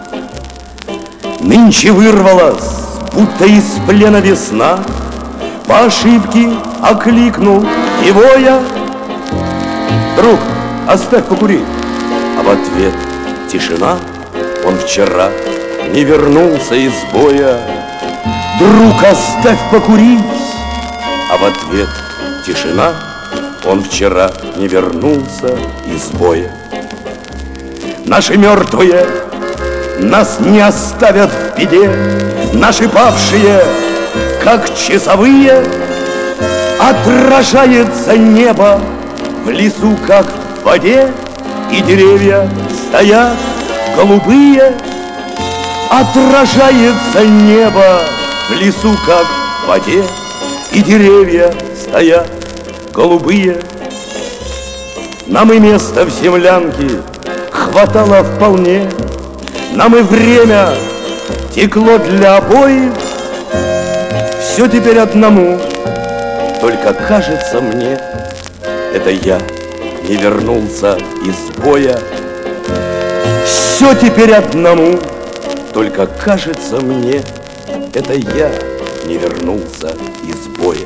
Нынче вырвалась, будто из плена весна, по ошибке окликнул его я. Друг, оставь покурить. А в ответ тишина. Он вчера не вернулся из боя. Друг, оставь покурить. А в ответ тишина. Он вчера не вернулся из боя. Наши мертвые нас не оставят в беде. Наши павшие, как часовые, отражается небо в лесу, как в воде, и деревья стоят голубые. Отражается небо в лесу, как в воде, и деревья стоят голубые. Нам и места в землянке хватало вполне, нам и время текло для обоих. Все теперь одному, только кажется мне, это я не вернулся из боя. Все теперь одному, только кажется мне, это я не вернулся из боя.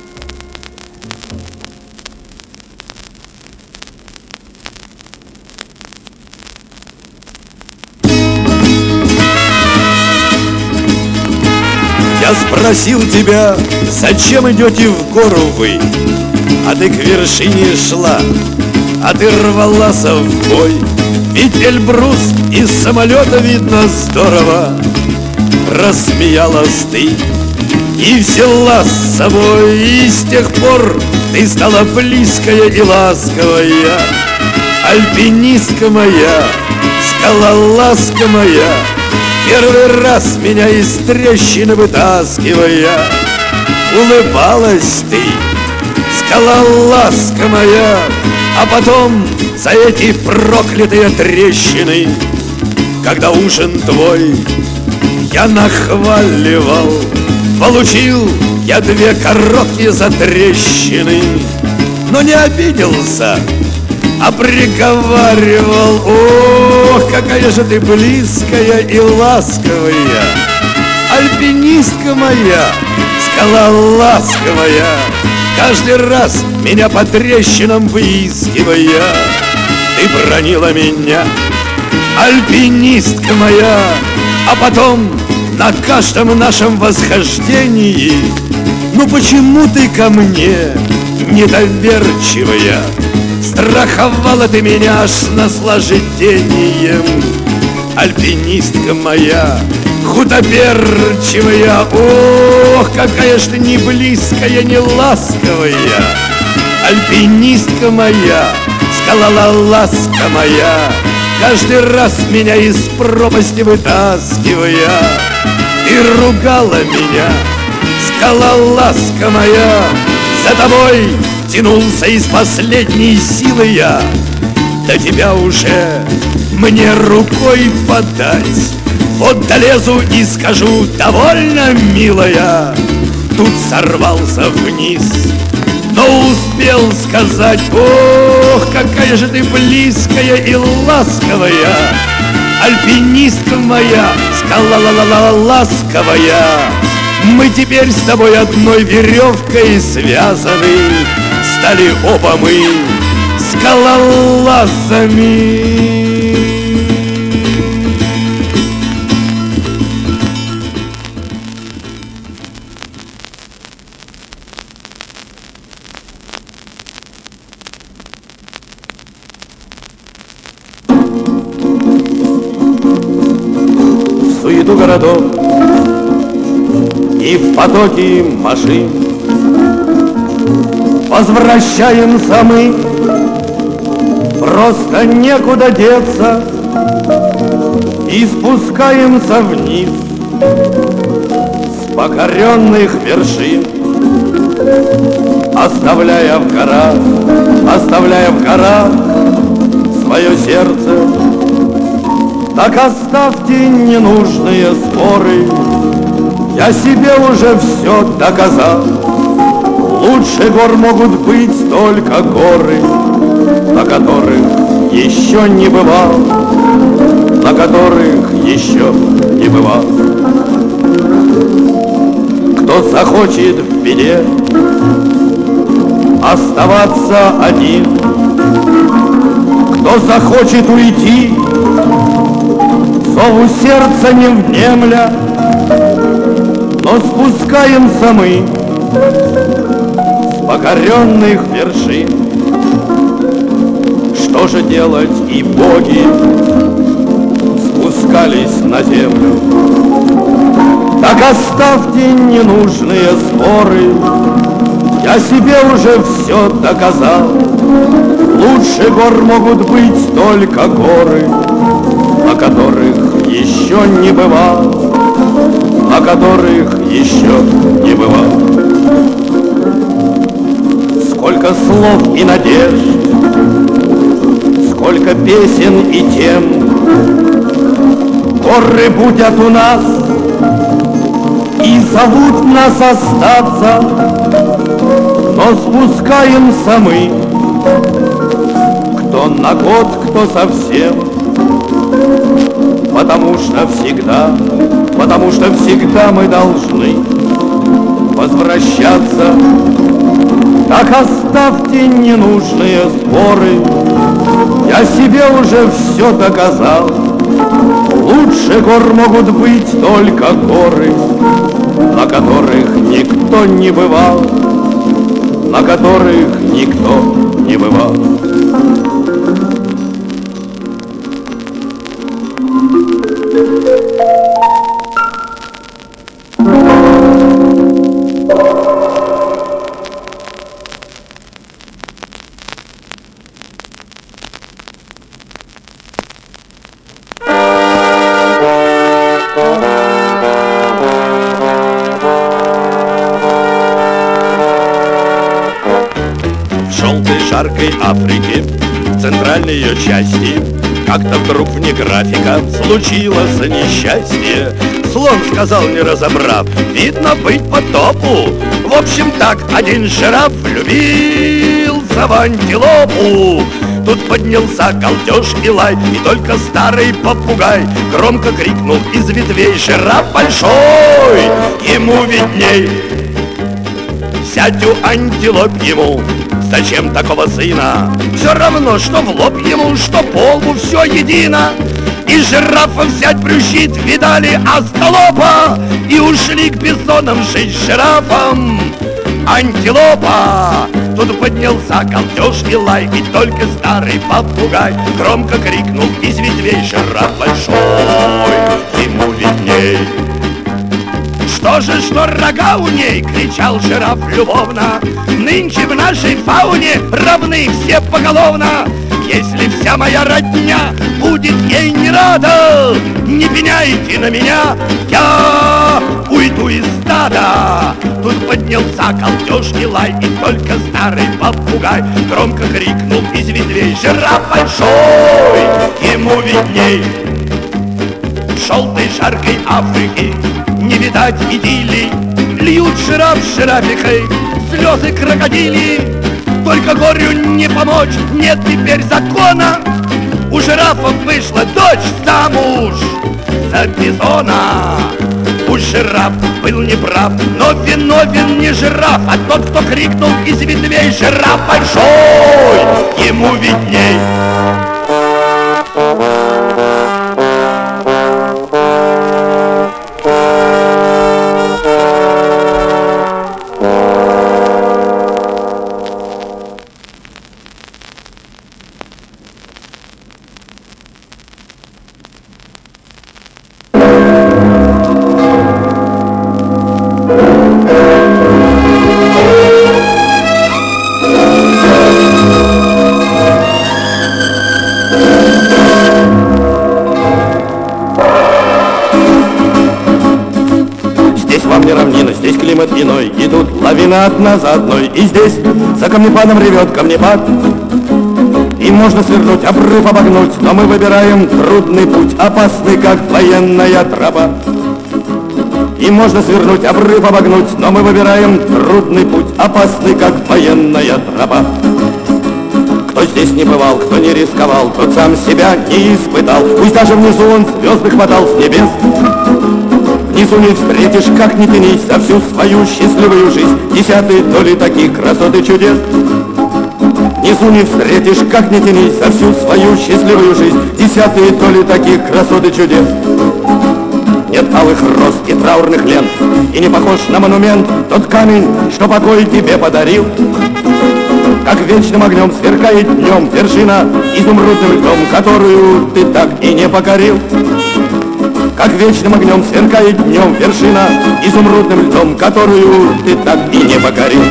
Я спросил тебя, зачем идете в гору вы, а ты к вершине шла, а ты рвалась в бой. Ведь Эльбрус из самолета видно здорово. Рассмеялась ты и взяла с собой, и с тех пор ты стала близкая и ласковая. Альпинистка моя, скалолазка моя, первый раз меня из трещины вытаскивая. Улыбалась ты, скалолазка моя, а потом за эти проклятые трещины, когда ужин твой я нахваливал, получил я 2 короткие затрещины. Но не обиделся, а приговаривал: ох, какая же ты близкая и ласковая, альпинистка моя, скалолазка моя, каждый раз меня по трещинам выискивая. Ты бронила меня, альпинистка моя, а потом на каждом нашем восхождении: ну почему ты ко мне недоверчивая? Страховала ты меня аж с наслаждением. Альпинистка моя, худоберчивая, ох, какая ж ты не близкая, не ласковая. Альпинистка моя, скалолазка моя, каждый раз меня из пропасти вытаскивая. Ты ругала меня, скалолазка моя, за тобой тянулся из последней силы я. До тебя уже мне рукой подать. Вот долезу и скажу: довольно, милая. Тут сорвался вниз, но успел сказать: ох, какая же ты близкая и ласковая, альпинистка моя, скалолазковая. Мы теперь с тобой одной веревкой связаны, стали оба мы скалолазами. В суету городов и в потоке машин возвращаемся мы, просто некуда деться, и спускаемся вниз с покоренных вершин, оставляя в горах свое сердце. Так оставьте ненужные споры, я себе уже все доказал. Лучше гор могут быть только горы, на которых еще не бывал, на которых еще не бывал. Кто захочет в беде оставаться один, кто захочет уйти, зову сердца не внемля, но спускаемся мы с покоренных вершин. Что же делать, и боги спускались на землю? Так оставьте ненужные споры, я себе уже все доказал. Лучше гор могут быть только горы, на которых еще не бывал, на которых еще не бывал. Сколько слов и надежд, сколько песен и тем, горы будят у нас и зовут нас остаться, но спускаемся мы, кто на год, кто совсем, потому что всегда мы должны возвращаться. Так оставьте ненужные споры, я себе уже все доказал. Лучше гор могут быть только горы, на которых никто не бывал, на которых никто не бывал. Жаркой Африки, в центральной ее части, как-то вдруг вне графика случилось несчастье. Слон сказал, не разобрав: видно быть потопу. В общем так, один жираф влюбился в антилопу. Тут поднялся галдеж и лай, и только старый попугай громко крикнул из ветвей: жираф большой, ему видней. Сядь у антилоп ему, зачем такого сына? Все равно, что в лоб ему, что по лбу, все едино. И жирафа взять брющит, видали остолопа, и ушли к бизонам жить с жирафом. Антилопа! Тут поднялся галдеж и лай, и только старый попугай громко крикнул из ветвей: жираф большой, ему видней. Что же, что рога у ней, кричал жираф любовно, нынче в нашей фауне равны все поголовно. Если вся моя родня будет ей не рада, не пеняйте на меня, я уйду из стада. Тут поднялся колдёжный лай, и только старый попугай громко крикнул из ветвей: жираф большой, ему видней. В желтой жаркой Африке не видать идиллий, льют жираф с жирафикой слезы крокодили. Только горю не помочь, нет теперь закона. У жирафов вышла дочь замуж за бизона. Пусть жираф был неправ, но виновен не жираф, а тот, кто крикнул из ветвей: жираф большой, ему видней. Иной. Идут лавины одна за одной, и здесь за камнепадом ревет камнепад. И можно свернуть, обрыв обогнуть, но мы выбираем трудный путь, опасный, как военная тропа. И можно свернуть, обрыв обогнуть, но мы выбираем трудный путь, опасный, как военная тропа. Кто здесь не бывал, кто не рисковал, тот сам себя не испытал. Пусть даже внизу он звезды хватал с небес. Внизу не встретишь, как ни тянись, за всю свою счастливую жизнь десятой доли таких красот и чудес. Внизу не встретишь, как ни тянись, за всю свою счастливую жизнь десятые доли таких красот и чудес. Нет алых роз и траурных лент, и не похож на монумент тот камень, что покой тебе подарил. Как вечным огнем сверкает днем вершина изумрудным льдом, которую ты так и не покорил. Как вечным огнем сверкает днем вершина изумрудным льдом, которую ты так и не покорил.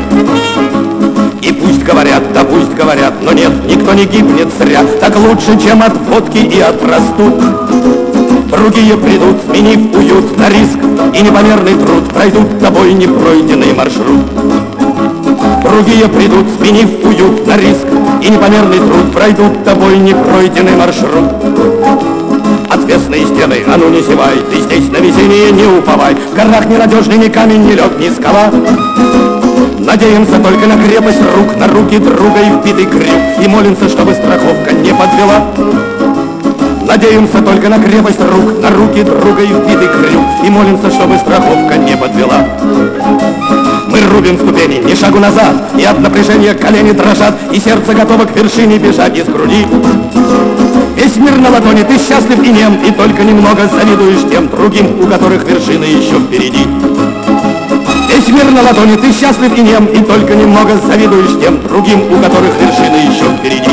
И пусть говорят, да пусть говорят, но нет, никто не гибнет зря. Так лучше, чем от водки и от простуд. Другие придут, сменив уют на риск и непомерный труд, пройдут тобой непройденный маршрут. Другие придут, сменив уют на риск и непомерный труд, пройдут тобой непройденный маршрут. Отвесные стены, а ну не зевай, ты здесь на везение не уповай. В горах ненадежный ни камень, ни лед, ни скала. Надеемся только на крепость рук, на руки друга и вбитый крюк, и молимся, чтобы страховка не подвела. Надеемся только на крепость рук, на руки друга и вбитый крюк, и молимся, чтобы страховка не подвела. Мы рубим ступени, ни шагу назад, и от напряжения колени дрожат, и сердце готово к вершине бежать из груди. Весь мир на ладони, ты счастлив и нем, и только немного завидуешь тем другим, у которых вершины еще впереди. Весь мир на ладони, ты счастлив и нем, и только немного завидуешь тем другим, у которых вершины еще впереди.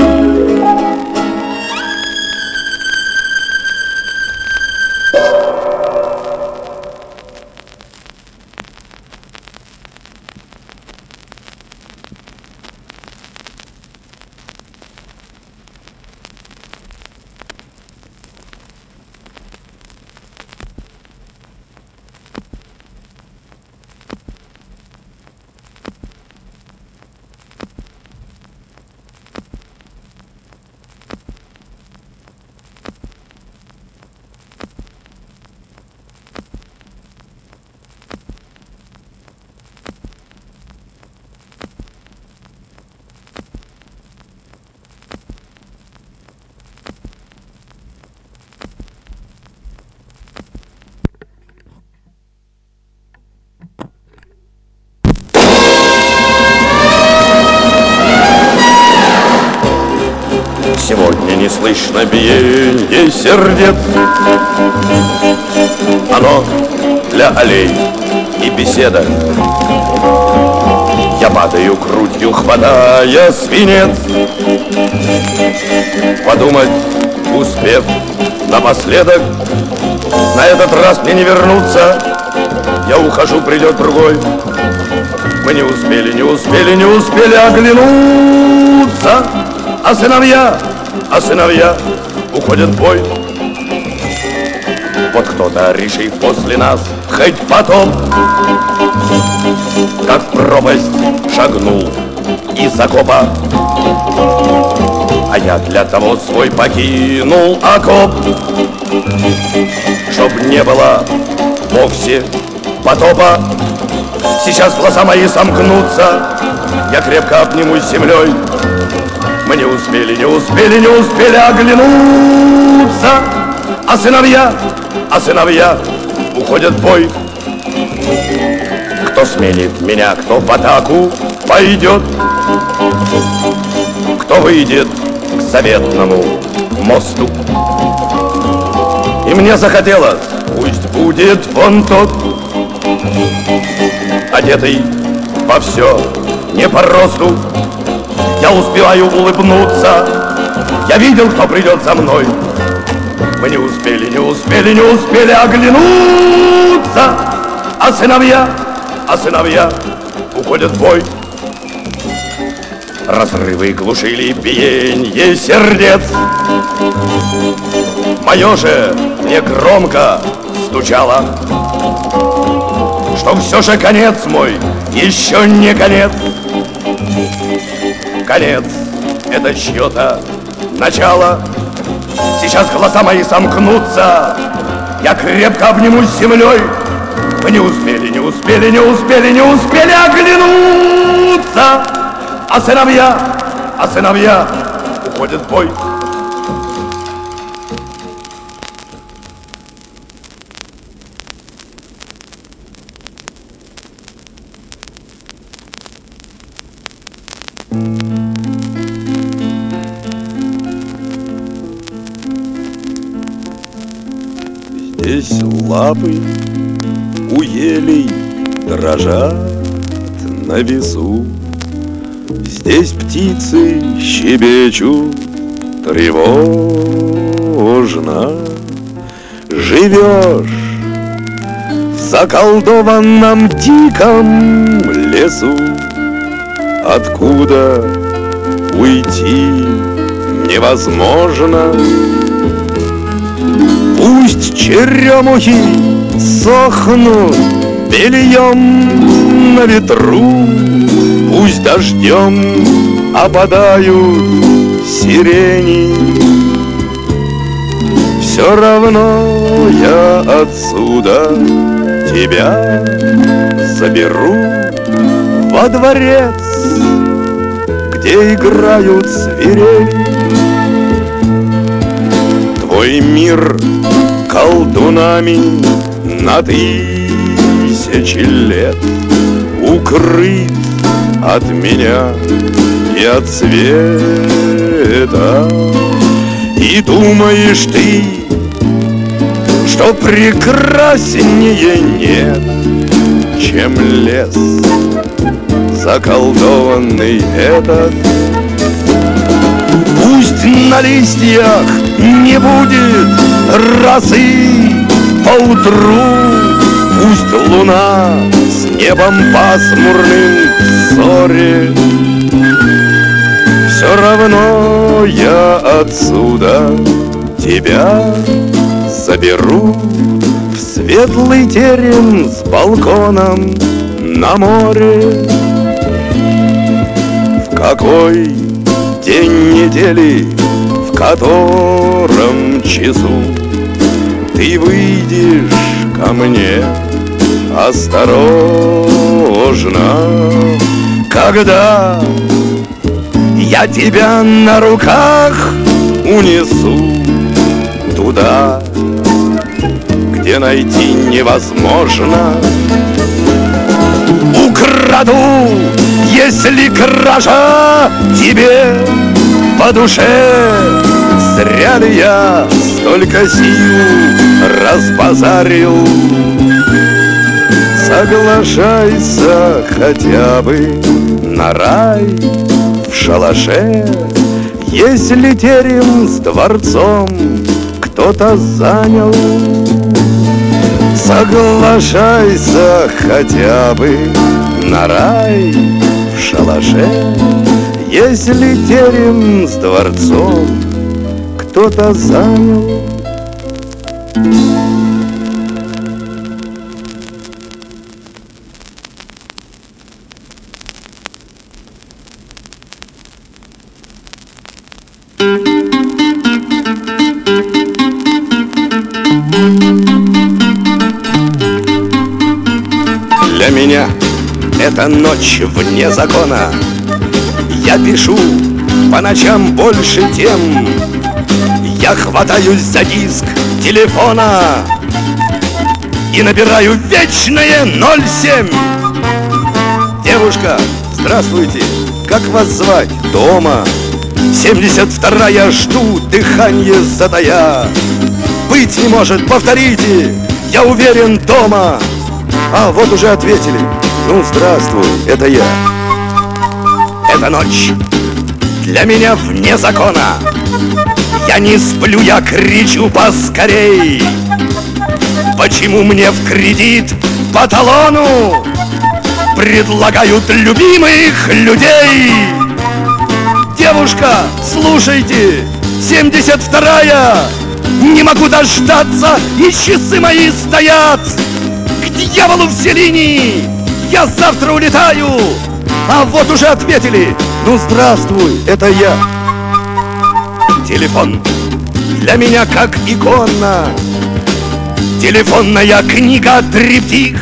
Сегодня не слышно биенье сердец. Оно для аллей и беседа. Я падаю грудью, хватая свинец. Подумать, успев напоследок, на этот раз мне не вернуться. Я ухожу, придет другой. Мы не успели оглянуться. А сыновья уходят в бой. Вот кто-то, решив после нас хоть потом, как в пропасть шагнул из окопа. А я для того свой покинул окоп, чтоб не было вовсе потопа. Сейчас глаза мои сомкнутся, я крепко обнимусь с землей. Мы не успели оглянуться, а сыновья уходят в бой. Кто смелит меня, кто в атаку пойдет, кто выйдет к заветному мосту. И мне захотелось, пусть будет вон тот, одетый во все не по росту. Я успеваю улыбнуться, я видел, кто придет за мной. Мы не успели оглянуться, а сыновья уходят в бой. Разрывы глушили биенье сердец, мое же мне громко стучало, что все же конец мой еще не конец. Конец — это чье-то начало. Сейчас глаза мои сомкнутся, я крепко обнимусь с землей. Мы не успели оглянуться, а сыновья уходят в бой. Здесь лапы у елей дрожат на весу, здесь птицы щебечут тревожно. Живешь в заколдованном диком лесу, откуда уйти невозможно. Пусть черемухи сохнут бельем на ветру, пусть дождем опадают сирени. Все равно я отсюда тебя заберу во дворец, где играют свирели. Твой мир колдунами на тысячи лет укрыт от меня и от света. И думаешь ты, что прекраснее нет, чем лес заколдованный этот. Пусть на листьях не будет росы поутру, пусть луна с небом пасмурным ссорит, все равно я отсюда тебя заберу в светлый терем с балконом на море. В какой день недели, в котором часу ты выйдешь ко мне осторожно, когда я тебя на руках унесу туда, где найти невозможно. Украду, если кража тебе по душе. Зря ли я столько сил разбазарил? Соглашайся хотя бы на рай в шалаше, если терем с дворцом кто-то занял. Соглашайся хотя бы на рай в шалаше, если терем с дворцом кто-то занял. Для меня это ночь вне закона. Я пишу по ночам больше тем. Я хватаюсь за диск телефона и набираю вечное 07. Девушка, здравствуйте, как вас звать? Дома. 72-я, жду, дыхание затая. Быть не может, повторите, я уверен, дома. А, вот уже ответили. Ну, здравствуй, это я. Эта ночь для меня вне закона. Я не сплю, я кричу поскорей. Почему мне в кредит по талону предлагают любимых людей? Девушка, слушайте, 72-я, не могу дождаться, и часы мои стоят. К дьяволу все линии, я завтра улетаю. А вот уже ответили. Ну, здравствуй, это я. Телефон для меня как икона. Телефонная книга триптих.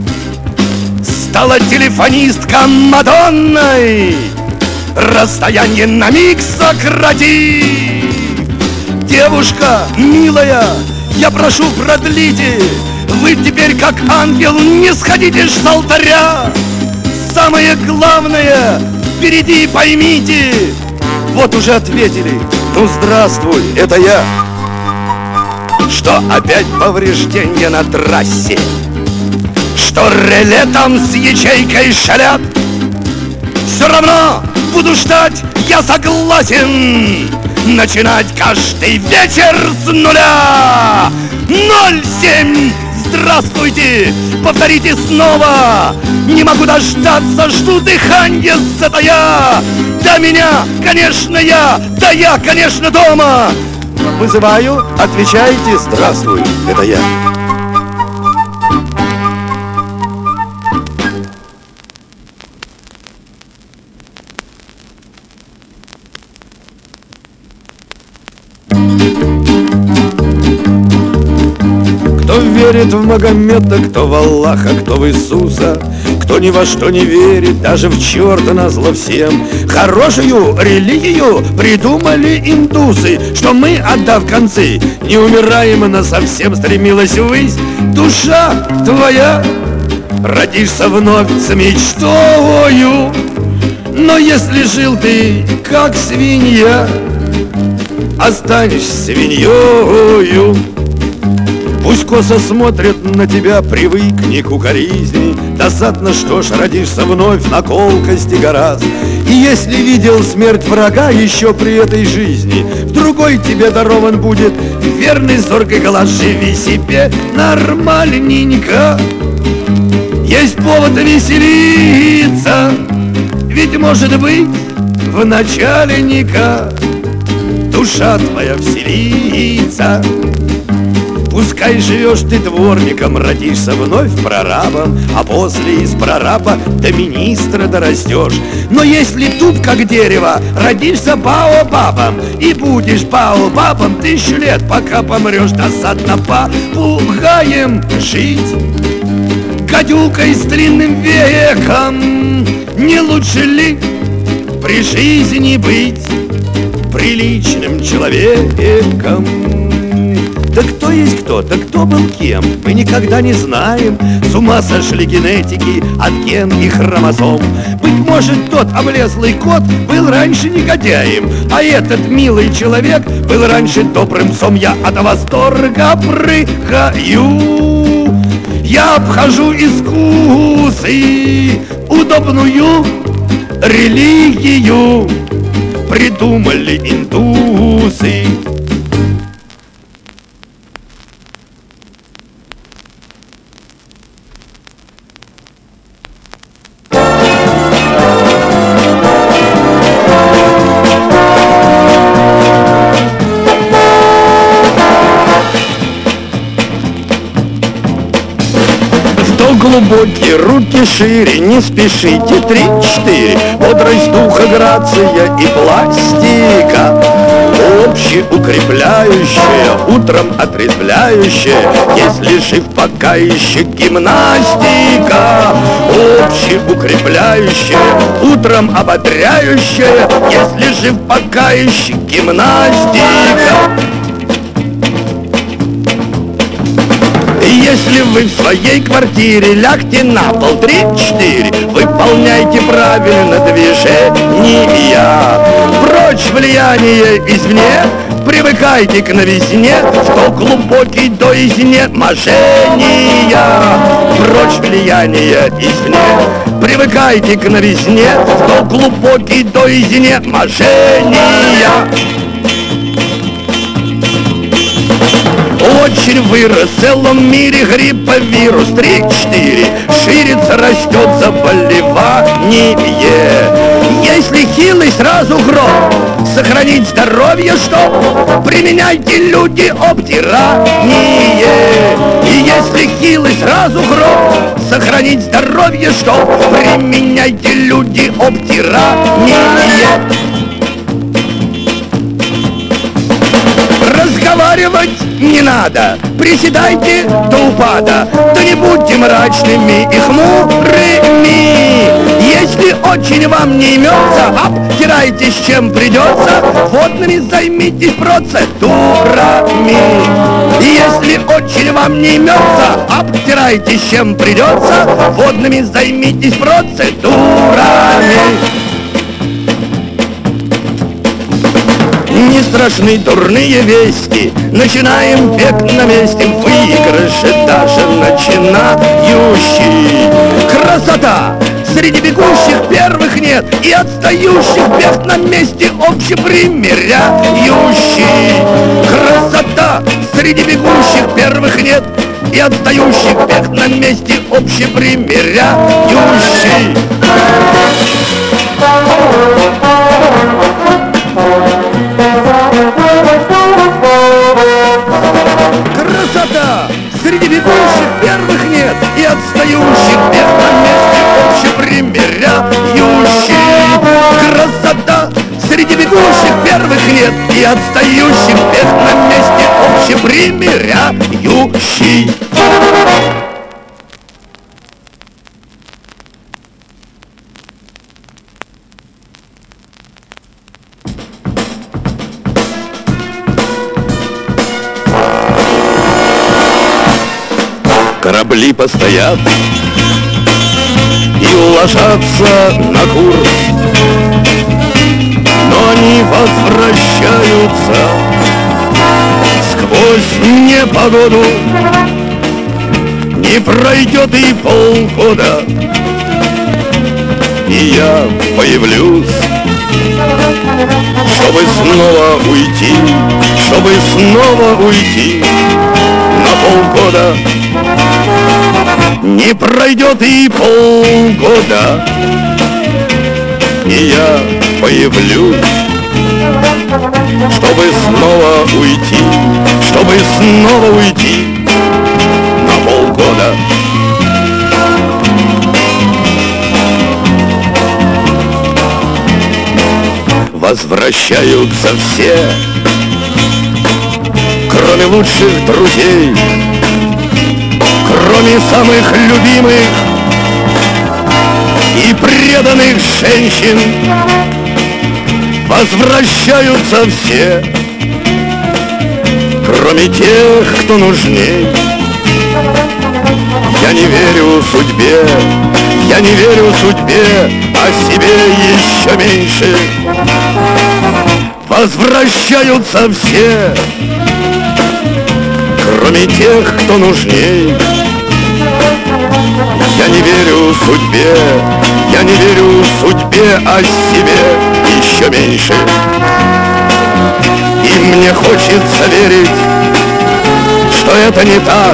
Стала телефонистка Мадонной. Расстояние на миг сократи. Девушка, милая, я прошу, продлите. Вы теперь как ангел не сходите с алтаря. Самое главное впереди, поймите. Вот уже ответили. Ну, здравствуй, это я. Что опять повреждения на трассе? Что реле там с ячейкой шалят? Все равно буду ждать, я согласен начинать каждый вечер с нуля. 07. Здравствуйте, повторите снова. Не могу дождаться, жду дыхание затая. Да меня, конечно, я, да я, конечно, дома. Вызываю, отвечайте, здравствуй, это я. Кто верит в Магомета, кто в Аллаха, кто в Иисуса, кто ни во что не верит, даже в черта назло всем. Хорошую религию придумали индусы, что мы, отдав концы, не умираем, но совсем стремилась ввысь. Душа твоя, родишься вновь с мечтою, но если жил ты как свинья, останешься свиньёю. Пусть косо смотрят на тебя, привыкни к укоризни. Досадно, что ж, родишься вновь на колкости гораздо. И если видел смерть врага еще при этой жизни, в другой тебе дарован будет верный зоркий глаз. Живи себе нормальненько, есть повод веселиться. Ведь может быть в начальника душа твоя вселится. Пускай живешь ты дворником, родишься вновь прорабом, а после из прораба до министра дорастешь. Но если тут как дерево, родишься баобабом и будешь баобабом 1000 лет, пока помрешь. Досадно попугаем жить, гадюкой с длинным веком. Не лучше ли при жизни быть приличным человеком? Да кто есть кто, да кто был кем, мы никогда не знаем. С ума сошли генетики от ген и хромосом. Быть может, тот облезлый кот был раньше негодяем, а этот милый человек был раньше добрым псом. Я от восторга прыгаю, я обхожу искусы, удобную религию придумали индусы. Глубокие, руки шире, не спешите, 3-4. Бодрость духа, грация и пластика. общеукрепляющая, утром отрезвляющая, если жив пока еще гимнастика. Общеукрепляющая, утром ободряющая, если жив пока еще гимнастика. Если вы в своей квартире лягте на пол 3-4, выполняйте правильно движения. Прочь влияние извне, привыкайте к новизне, что глубокий до изнеможения. Прочь влияние извне, привыкайте к новизне, что глубокий до изнеможения. Очень вырос в целом мире грипповирус 3-4, ширится, растет заболевание. Если хилый, сразу гроб, сохранить здоровье, что применяйте, люди, обтирание. И если хилый, сразу гроб, сохранить здоровье, что применяйте, люди, обтирание. Разговаривать не надо, приседайте до упада, да не будьте мрачными и хмурыми. Если очень вам не имется, обтирайтесь чем придется, водными займитесь процедурами. Если очень вам не имется, обтирайтесь чем придется, водными займитесь процедурами. Не страшны дурные вести, начинаем бег на месте, выигрыши даже начинающий. Красота! Среди бегущих первых нет, и отстающих бег на месте общепримиряющий. Красота! Среди бегущих первых нет, и отстающих бег на месте общепримиряющий. Красота! Среди бегущих первых нет, и отстающих бег на месте общепримиряющий. Красота! Среди бегущих первых нет, и отстающих бег на месте общепримиряющий. Корабли постоят и ложатся на курс, но они возвращаются сквозь непогоду. Не пройдет и полгода, и я появлюсь, чтобы снова уйти, чтобы снова уйти на полгода. Не пройдет и полгода, и я появлюсь, чтобы снова уйти, чтобы снова уйти на полгода. Возвращаются все, кроме лучших друзей, кроме самых любимых и преданных женщин. Возвращаются все, кроме тех, кто нужней. Я не верю судьбе, я не верю судьбе, а себе еще меньше. Возвращаются все, кроме тех, кто нужней. Я не верю судьбе, я не верю судьбе, а себе еще меньше. И мне хочется верить, что это не так,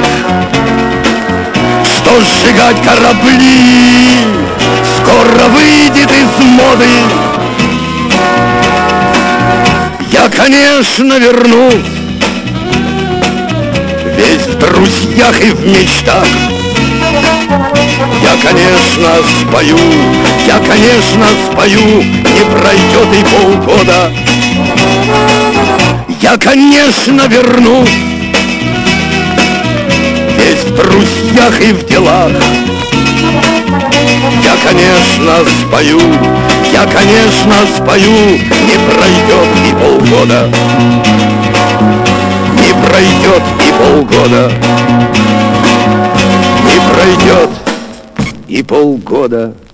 что сжигать корабли скоро выйдет из моды. Я, конечно, вернусь, весь в друзьях и в мечтах. Я, конечно, спою, я, конечно, спою, не пройдет и полгода, Я, конечно, вернусь, весь в друзьях и в делах. Я, конечно, спою, я, конечно, спою. Не пройдет и полгода, не пройдет и полгода, не пройдет и полгода.